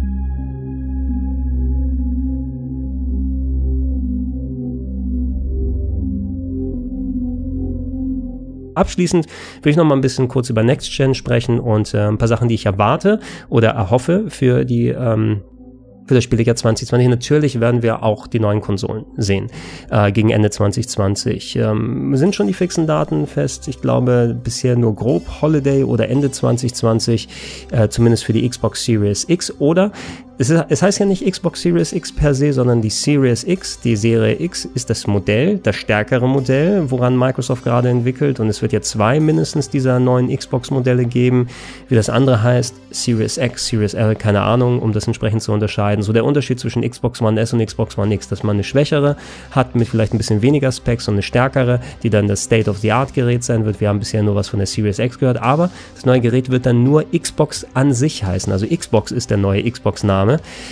Abschließend will ich noch mal ein bisschen kurz über Next Gen sprechen und äh, ein paar Sachen, die ich erwarte oder erhoffe für die ähm, für das Spieljahr zwanzig zwanzig. Natürlich werden wir auch die neuen Konsolen sehen äh, gegen Ende zwanzig zwanzig. Ähm, sind schon die fixen Daten fest? Ich glaube bisher nur grob Holiday oder Ende zwanzig zwanzig, äh, zumindest für die Xbox Series X. Oder es, ist, es heißt ja nicht Xbox Series X per se, sondern die Series X. Die Serie X ist das Modell, das stärkere Modell, woran Microsoft gerade entwickelt, und es wird ja zwei mindestens dieser neuen Xbox-Modelle geben. Wie das andere heißt, Series X, Series L, keine Ahnung, um das entsprechend zu unterscheiden. So der Unterschied zwischen Xbox One S und Xbox One X, dass man eine schwächere hat mit vielleicht ein bisschen weniger Specs und eine stärkere, die dann das State-of-the-Art-Gerät sein wird. Wir haben bisher nur was von der Series X gehört, aber das neue Gerät wird dann nur Xbox an sich heißen. Also Xbox ist der neue Xbox-Name.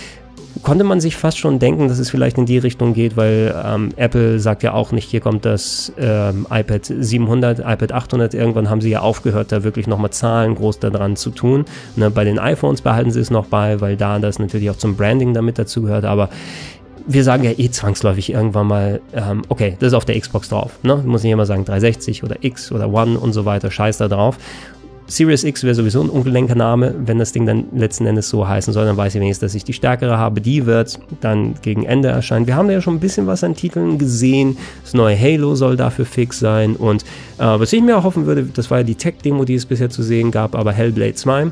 Konnte man sich fast schon denken, dass es vielleicht in die Richtung geht, weil ähm, Apple sagt ja auch nicht, hier kommt das ähm, iPad siebenhundert, iPad achthundert, irgendwann haben sie ja aufgehört, da wirklich nochmal Zahlen groß daran zu tun. Ne, bei den iPhones behalten sie es noch bei, weil da das natürlich auch zum Branding damit dazugehört, aber wir sagen ja eh zwangsläufig irgendwann mal, ähm, okay, das ist auf der Xbox drauf. Ne? Muss nicht immer sagen dreihundertsechzig oder X oder One und so weiter, scheiß da drauf. Series X wäre sowieso ein ungelenker Name, wenn das Ding dann letzten Endes so heißen soll, dann weiß ich wenigstens, dass ich die stärkere habe. Die wird dann gegen Ende erscheinen. Wir haben da ja schon ein bisschen was an Titeln gesehen. Das neue Halo soll dafür fix sein, und äh, was ich mir auch hoffen würde, das war ja die Tech-Demo, die es bisher zu sehen gab, aber Hellblade zwei,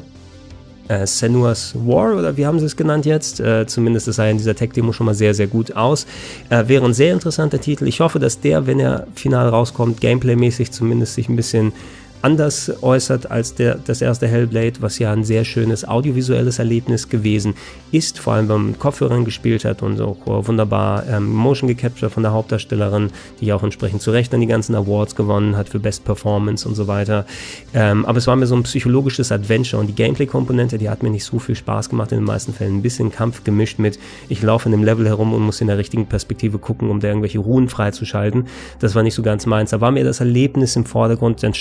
äh, Senua's War, oder wie haben sie es genannt jetzt? Äh, zumindest das sah ja in dieser Tech-Demo schon mal sehr, sehr gut aus. Äh, wäre ein sehr interessanter Titel. Ich hoffe, dass der, wenn er final rauskommt, Gameplay-mäßig zumindest sich ein bisschen anders äußert als der, das erste Hellblade, was ja ein sehr schönes audiovisuelles Erlebnis gewesen ist, vor allem wenn man mit Kopfhörern gespielt hat und auch wunderbar ähm, Motion gecaptured von der Hauptdarstellerin, die auch entsprechend zu Recht dann die ganzen Awards gewonnen hat für Best Performance und so weiter. Ähm, aber es war mir so ein psychologisches Adventure, und die Gameplay-Komponente, die hat mir nicht so viel Spaß gemacht in den meisten Fällen. Ein bisschen Kampf gemischt mit, ich laufe in dem Level herum und muss in der richtigen Perspektive gucken, um da irgendwelche Ruhen freizuschalten. Das war nicht so ganz meins. Da war mir das Erlebnis im Vordergrund, anstatt dem Game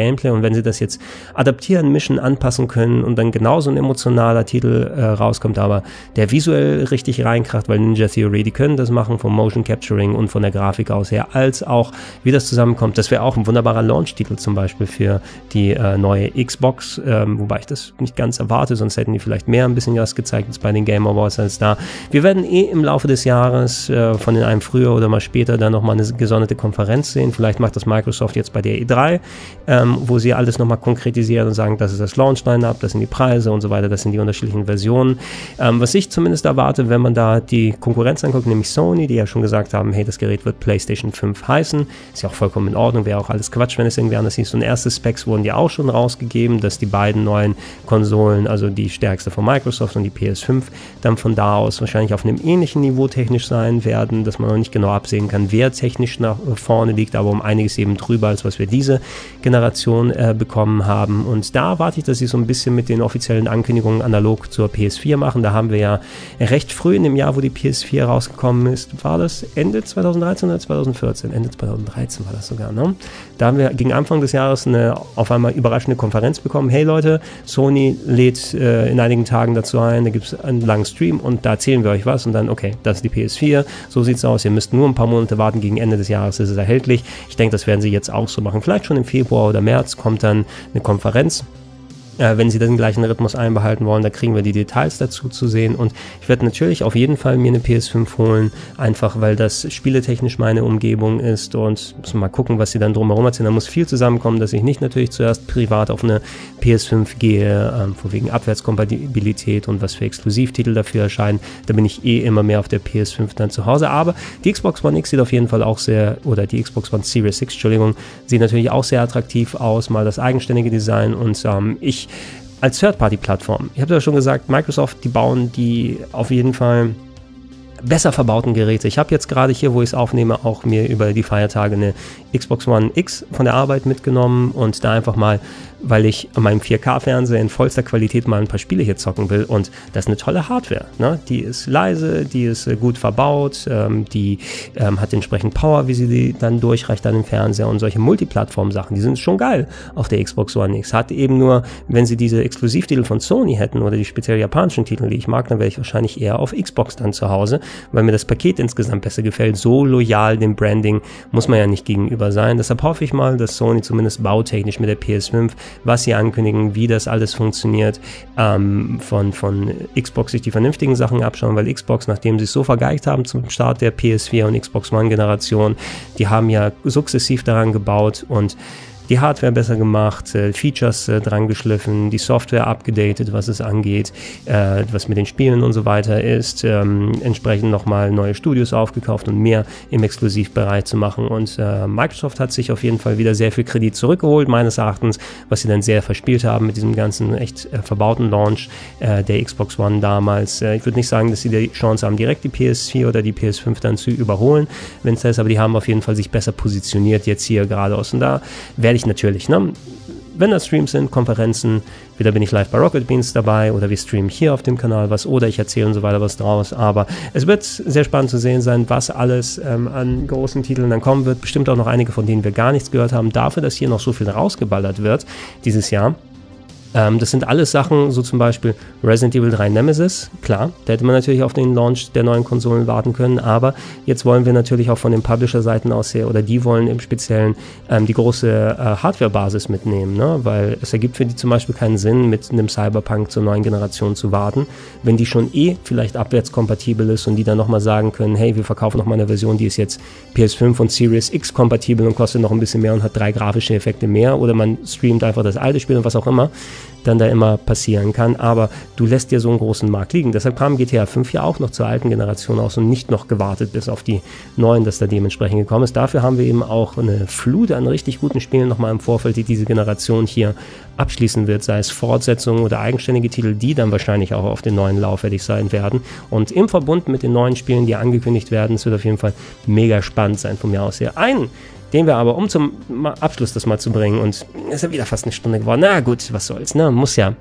Gameplay, und wenn sie das jetzt adaptieren, mischen, anpassen können und dann genauso ein emotionaler Titel äh, rauskommt, aber der visuell richtig reinkracht, weil Ninja Theory, die können das machen vom Motion Capturing und von der Grafik aus her, als auch wie das zusammenkommt. Das wäre auch ein wunderbarer Launch-Titel zum Beispiel für die äh, neue Xbox, ähm, wobei ich das nicht ganz erwarte, sonst hätten die vielleicht mehr ein bisschen was gezeigt jetzt bei den Game Awards als da. Wir werden eh im Laufe des Jahres äh, von in einem früher oder mal später dann nochmal eine gesonderte Konferenz sehen. Vielleicht macht das Microsoft jetzt bei der E drei, ähm, wo sie alles nochmal konkretisieren und sagen, das ist das Launch-Line-Up, das sind die Preise und so weiter, das sind die unterschiedlichen Versionen. Ähm, was ich zumindest erwarte, wenn man da die Konkurrenz anguckt, nämlich Sony, die ja schon gesagt haben, hey, das Gerät wird PlayStation fünf heißen, ist ja auch vollkommen in Ordnung, wäre auch alles Quatsch, wenn es irgendwie anders hieß. Und erste Specs wurden ja auch schon rausgegeben, dass die beiden neuen Konsolen, also die stärkste von Microsoft und die P S fünf, dann von da aus wahrscheinlich auf einem ähnlichen Niveau technisch sein werden, dass man noch nicht genau absehen kann, wer technisch nach vorne liegt, aber um einiges eben drüber, als was wir diese Generation äh, bekommen haben. Und da erwarte ich, dass sie so ein bisschen mit den offiziellen Ankündigungen analog zur P S vier machen. Da haben wir ja recht früh in dem Jahr, wo die P S vier rausgekommen ist, war das Ende zweitausenddreizehn oder zweitausendvierzehn? Ende zweitausenddreizehn war das sogar, ne? Da haben wir gegen Anfang des Jahres eine auf einmal überraschende Konferenz bekommen. Hey Leute, Sony lädt äh, in einigen Tagen dazu ein, da gibt es einen langen Stream und da erzählen wir euch was und dann, okay, das ist die P S vier, so sieht's aus, ihr müsst nur ein paar Monate warten, gegen Ende des Jahres ist es erhältlich. Ich denke, das werden sie jetzt auch so machen. Vielleicht schon im Februar oder März kommt dann eine Konferenz. Äh, wenn sie den gleichen Rhythmus einbehalten wollen, da kriegen wir die Details dazu zu sehen, und ich werde natürlich auf jeden Fall mir eine P S fünf holen, einfach weil das spieletechnisch meine Umgebung ist, und muss mal gucken, was sie dann drumherum erzählen. Da muss viel zusammenkommen, dass ich nicht natürlich zuerst privat auf eine P S fünf gehe, ähm, von wegen Abwärtskompatibilität und was für Exklusivtitel dafür erscheinen. Da bin ich eh immer mehr auf der P S fünf dann zu Hause, aber die Xbox One X sieht auf jeden Fall auch sehr, oder die Xbox One Series X, Entschuldigung, sieht natürlich auch sehr attraktiv aus, mal das eigenständige Design, und ähm, ich als Third-Party-Plattform. Ich habe ja schon gesagt, Microsoft, die bauen die auf jeden Fall besser verbauten Geräte. Ich habe jetzt gerade hier, wo ich es aufnehme, auch mir über die Feiertage eine Xbox One X von der Arbeit mitgenommen und da einfach mal, weil ich an meinem vier K-Fernseher in vollster Qualität mal ein paar Spiele hier zocken will, und das ist eine tolle Hardware, ne? Die ist leise, die ist äh, gut verbaut, ähm, die ähm, hat entsprechend Power, wie sie die dann durchreicht an den Fernseher, und solche Multiplattform-Sachen, die sind schon geil auf der Xbox One X. Hat eben nur, wenn sie diese Exklusivtitel von Sony hätten oder die speziell japanischen Titel, die ich mag, dann wäre ich wahrscheinlich eher auf Xbox dann zu Hause, weil mir das Paket insgesamt besser gefällt. So loyal dem Branding muss man ja nicht gegenüber sein. Deshalb hoffe ich mal, dass Sony zumindest bautechnisch mit der P S fünf, was sie ankündigen, wie das alles funktioniert, ähm, von, von Xbox sich die vernünftigen Sachen abschauen, weil Xbox, nachdem sie es so vergeigt haben zum Start der P S vier und Xbox One Generation, die haben ja sukzessiv daran gebaut und die Hardware besser gemacht, äh, Features äh, dran geschliffen, die Software abgedatet, was es angeht, äh, was mit den Spielen und so weiter ist, ähm, entsprechend nochmal neue Studios aufgekauft und mehr im Exklusivbereich zu machen, und äh, Microsoft hat sich auf jeden Fall wieder sehr viel Kredit zurückgeholt, meines Erachtens, was sie dann sehr verspielt haben mit diesem ganzen echt äh, verbauten Launch äh, der Xbox One damals. Äh, ich würde nicht sagen, dass sie die Chance haben, direkt die P S vier oder die P S fünf dann zu überholen, wenn es das ist, aber die haben auf jeden Fall sich besser positioniert jetzt hier geradeaus, und da werde ich natürlich, ne? Wenn das Streams sind, Konferenzen, wieder bin ich live bei Rocket Beans dabei oder wir streamen hier auf dem Kanal was oder ich erzähle und so weiter was draus, aber es wird sehr spannend zu sehen sein, was alles ähm, an großen Titeln dann kommen wird, bestimmt auch noch einige, von denen wir gar nichts gehört haben, dafür, dass hier noch so viel rausgeballert wird dieses Jahr. Ähm, das sind alles Sachen, so zum Beispiel Resident Evil drei Nemesis, klar, da hätte man natürlich auf den Launch der neuen Konsolen warten können, aber jetzt wollen wir natürlich auch von den Publisher-Seiten aus her, oder die wollen im Speziellen ähm, die große äh, Hardware-Basis mitnehmen, ne? Weil es ergibt für die zum Beispiel keinen Sinn, mit einem Cyberpunk zur neuen Generation zu warten, wenn die schon eh vielleicht abwärtskompatibel ist und die dann nochmal sagen können, hey, wir verkaufen nochmal eine Version, die ist jetzt P S fünf und Series X kompatibel und kostet noch ein bisschen mehr und hat drei grafische Effekte mehr, oder man streamt einfach das alte Spiel und was auch immer dann da immer passieren kann, aber du lässt dir so einen großen Markt liegen. Deshalb kam G T A fünf ja auch noch zur alten Generation aus und nicht noch gewartet bis auf die neuen, dass da dementsprechend gekommen ist. Dafür haben wir eben auch eine Flut an richtig guten Spielen nochmal im Vorfeld, die diese Generation hier abschließen wird, sei es Fortsetzungen oder eigenständige Titel, die dann wahrscheinlich auch auf den neuen Lauf fertig sein werden. Und im Verbund mit den neuen Spielen, die angekündigt werden, es wird auf jeden Fall mega spannend sein von mir aus her. Ein den wir aber, um zum Abschluss das mal zu bringen, und es ist ja wieder fast eine Stunde geworden, na gut, was soll's, ne, muss ja.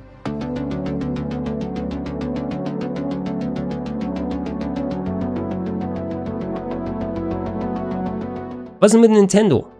Was ist mit Nintendo?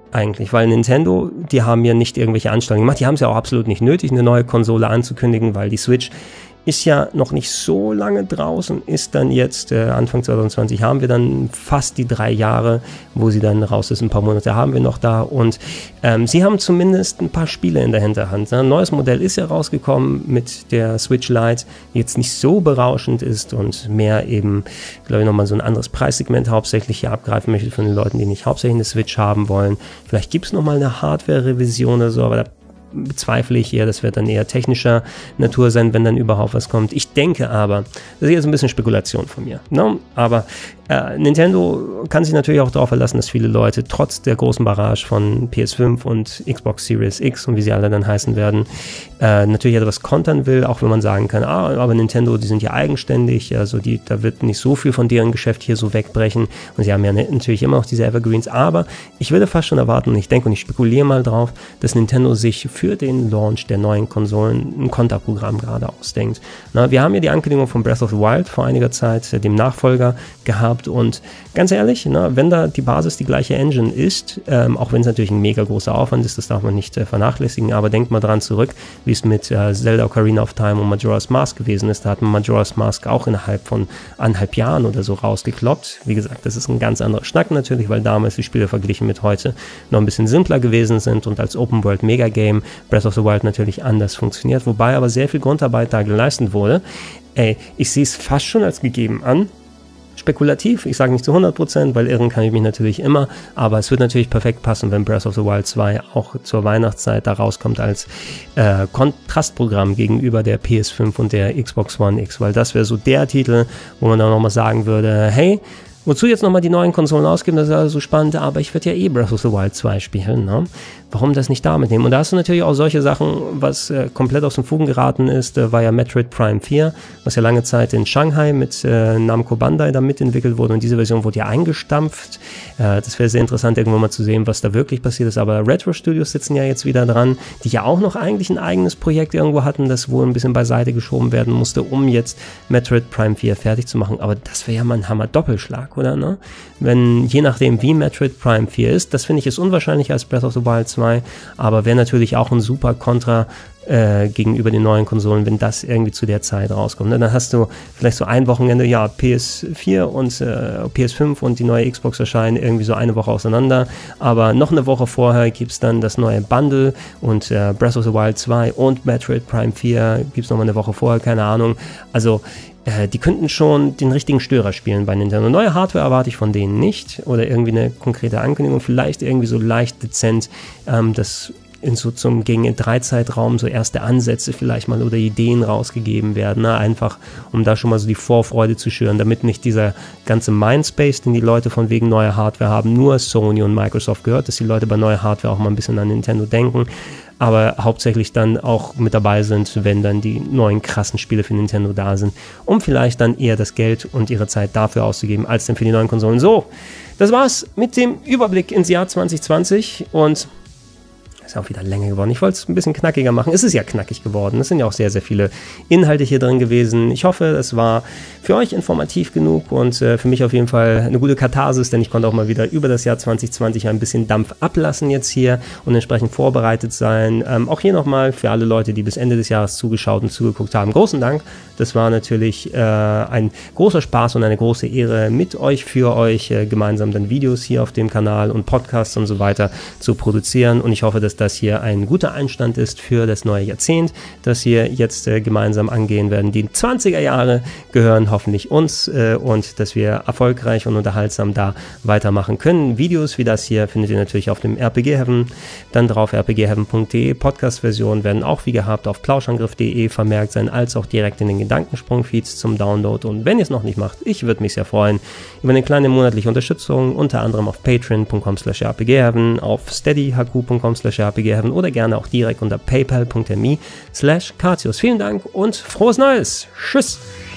eigentlich, weil Nintendo, die haben ja nicht irgendwelche Anstrengungen gemacht, die haben es ja auch absolut nicht nötig, eine neue Konsole anzukündigen, weil die Switch ist ja noch nicht so lange draußen, ist dann jetzt, äh, Anfang zwanzig zwanzig haben wir dann fast die drei Jahre, wo sie dann raus ist, ein paar Monate haben wir noch da und ähm, sie haben zumindest ein paar Spiele in der Hinterhand. Ne? Ein neues Modell ist ja rausgekommen mit der Switch Lite, die jetzt nicht so berauschend ist und mehr eben, glaube ich, nochmal so ein anderes Preissegment hauptsächlich hier abgreifen möchte von den Leuten, die nicht hauptsächlich eine Switch haben wollen. Vielleicht gibt es nochmal eine Hardware-Revision oder so, aber da bezweifle ich eher, das wird dann eher technischer Natur sein, wenn dann überhaupt was kommt. Ich denke aber, das ist jetzt ein bisschen Spekulation von mir, ne? Aber äh, Nintendo kann sich natürlich auch darauf verlassen, dass viele Leute trotz der großen Barrage von P S fünf und Xbox Series X und wie sie alle dann heißen werden, äh, natürlich etwas kontern will, auch wenn man sagen kann, ah, aber Nintendo, die sind ja eigenständig, also die, da wird nicht so viel von deren Geschäft hier so wegbrechen und sie haben ja natürlich immer noch diese Evergreens, aber ich würde fast schon erwarten, und ich denke und ich spekuliere mal drauf, dass Nintendo sich für den Launch der neuen Konsolen ein Konterprogramm gerade ausdenkt. Na, wir haben ja die Ankündigung von Breath of the Wild vor einiger Zeit, dem Nachfolger, gehabt und ganz ehrlich, na, wenn da die Basis die gleiche Engine ist, ähm, auch wenn es natürlich ein mega großer Aufwand ist, das darf man nicht äh, vernachlässigen, aber denkt mal dran zurück, wie es mit äh, Zelda Ocarina of Time und Majora's Mask gewesen ist. Da hat man Majora's Mask auch innerhalb von anderthalb Jahren oder so rausgekloppt. Wie gesagt, das ist ein ganz anderer Schnack natürlich, weil damals die Spiele verglichen mit heute noch ein bisschen simpler gewesen sind und als Open World Mega Game Breath of the Wild natürlich anders funktioniert, wobei aber sehr viel Grundarbeit da geleistet wurde. Ey, ich sehe es fast schon als gegeben an. Spekulativ, ich sage nicht zu hundert Prozent, weil irren kann ich mich natürlich immer, aber es wird natürlich perfekt passen, wenn Breath of the Wild zwei auch zur Weihnachtszeit da rauskommt als äh, Kontrastprogramm gegenüber der P S fünf und der Xbox One X, weil das wäre so der Titel, wo man dann nochmal sagen würde, hey, wozu jetzt nochmal die neuen Konsolen ausgeben, das ist also so spannend, aber ich würde ja eh Breath of the Wild zwei spielen, ne? Warum das nicht da mitnehmen? Und da hast du natürlich auch solche Sachen, was äh, komplett aus den Fugen geraten ist, äh, war ja Metroid Prime vier, was ja lange Zeit in Shanghai mit äh, Namco Bandai da mitentwickelt wurde und diese Version wurde ja eingestampft. Äh, das wäre sehr interessant, irgendwann mal zu sehen, was da wirklich passiert ist, aber Retro Studios sitzen ja jetzt wieder dran, die ja auch noch eigentlich ein eigenes Projekt irgendwo hatten, das wohl ein bisschen beiseite geschoben werden musste, um jetzt Metroid Prime vier fertig zu machen, aber das wäre ja mal ein Hammer-Doppelschlag, oder, ne? Wenn, je nachdem, wie Metroid Prime vier ist, das finde ich ist unwahrscheinlicher als Breath of the Wild zwei, aber wäre natürlich auch ein super Kontra äh, gegenüber den neuen Konsolen, wenn das irgendwie zu der Zeit rauskommt. Ne? Dann hast du vielleicht so ein Wochenende, ja, P S vier und äh, P S fünf und die neue Xbox erscheinen irgendwie so eine Woche auseinander, aber noch eine Woche vorher gibt es dann das neue Bundle und äh, Breath of the Wild zwei und Metroid Prime vier gibt es nochmal eine Woche vorher, keine Ahnung. Also die könnten schon den richtigen Störer spielen bei Nintendo. Neue Hardware erwarte ich von denen nicht oder irgendwie eine konkrete Ankündigung, vielleicht irgendwie so leicht dezent, ähm, das in so zum gegen drei Zeitraum so erste Ansätze vielleicht mal oder Ideen rausgegeben werden, ne? Einfach um da schon mal so die Vorfreude zu schüren, damit nicht dieser ganze Mindspace, den die Leute von wegen neuer Hardware haben, nur Sony und Microsoft gehört, dass die Leute bei neuer Hardware auch mal ein bisschen an Nintendo denken, aber hauptsächlich dann auch mit dabei sind, wenn dann die neuen krassen Spiele für Nintendo da sind, um vielleicht dann eher das Geld und ihre Zeit dafür auszugeben, als dann für die neuen Konsolen. So, das war's mit dem Überblick ins Jahr zwanzig zwanzig und ist auch wieder länger geworden. Ich wollte es ein bisschen knackiger machen. Es ist ja knackig geworden. Es sind ja auch sehr, sehr viele Inhalte hier drin gewesen. Ich hoffe, es war für euch informativ genug und äh, für mich auf jeden Fall eine gute Katharsis, denn ich konnte auch mal wieder über das Jahr zwanzig zwanzig ein bisschen Dampf ablassen jetzt hier und entsprechend vorbereitet sein. Ähm, auch hier nochmal für alle Leute, die bis Ende des Jahres zugeschaut und zugeguckt haben, großen Dank. Das war natürlich äh, ein großer Spaß und eine große Ehre, mit euch, für euch äh, gemeinsam dann Videos hier auf dem Kanal und Podcasts und so weiter zu produzieren und ich hoffe, dass das hier ein guter Einstand ist für das neue Jahrzehnt, das wir jetzt äh, gemeinsam angehen werden. Die zwanziger Jahre gehören hoffentlich uns äh, und dass wir erfolgreich und unterhaltsam da weitermachen können. Videos wie das hier findet ihr natürlich auf dem R P G Heaven, dann drauf r p g heaven punkt d e. Podcast-Versionen werden auch wie gehabt auf plauschangriff punkt d e vermerkt sein, als auch direkt in den Gedankensprung-Feeds zum Download. Und wenn ihr es noch nicht macht, ich würde mich sehr freuen über eine kleine monatliche Unterstützung, unter anderem auf patreon punkt com slash r p g heaven, auf steadyhq punkt com slash r p g heaven oder gerne auch direkt unter paypal punkt me slash katius. Vielen Dank und frohes Neues. Tschüss.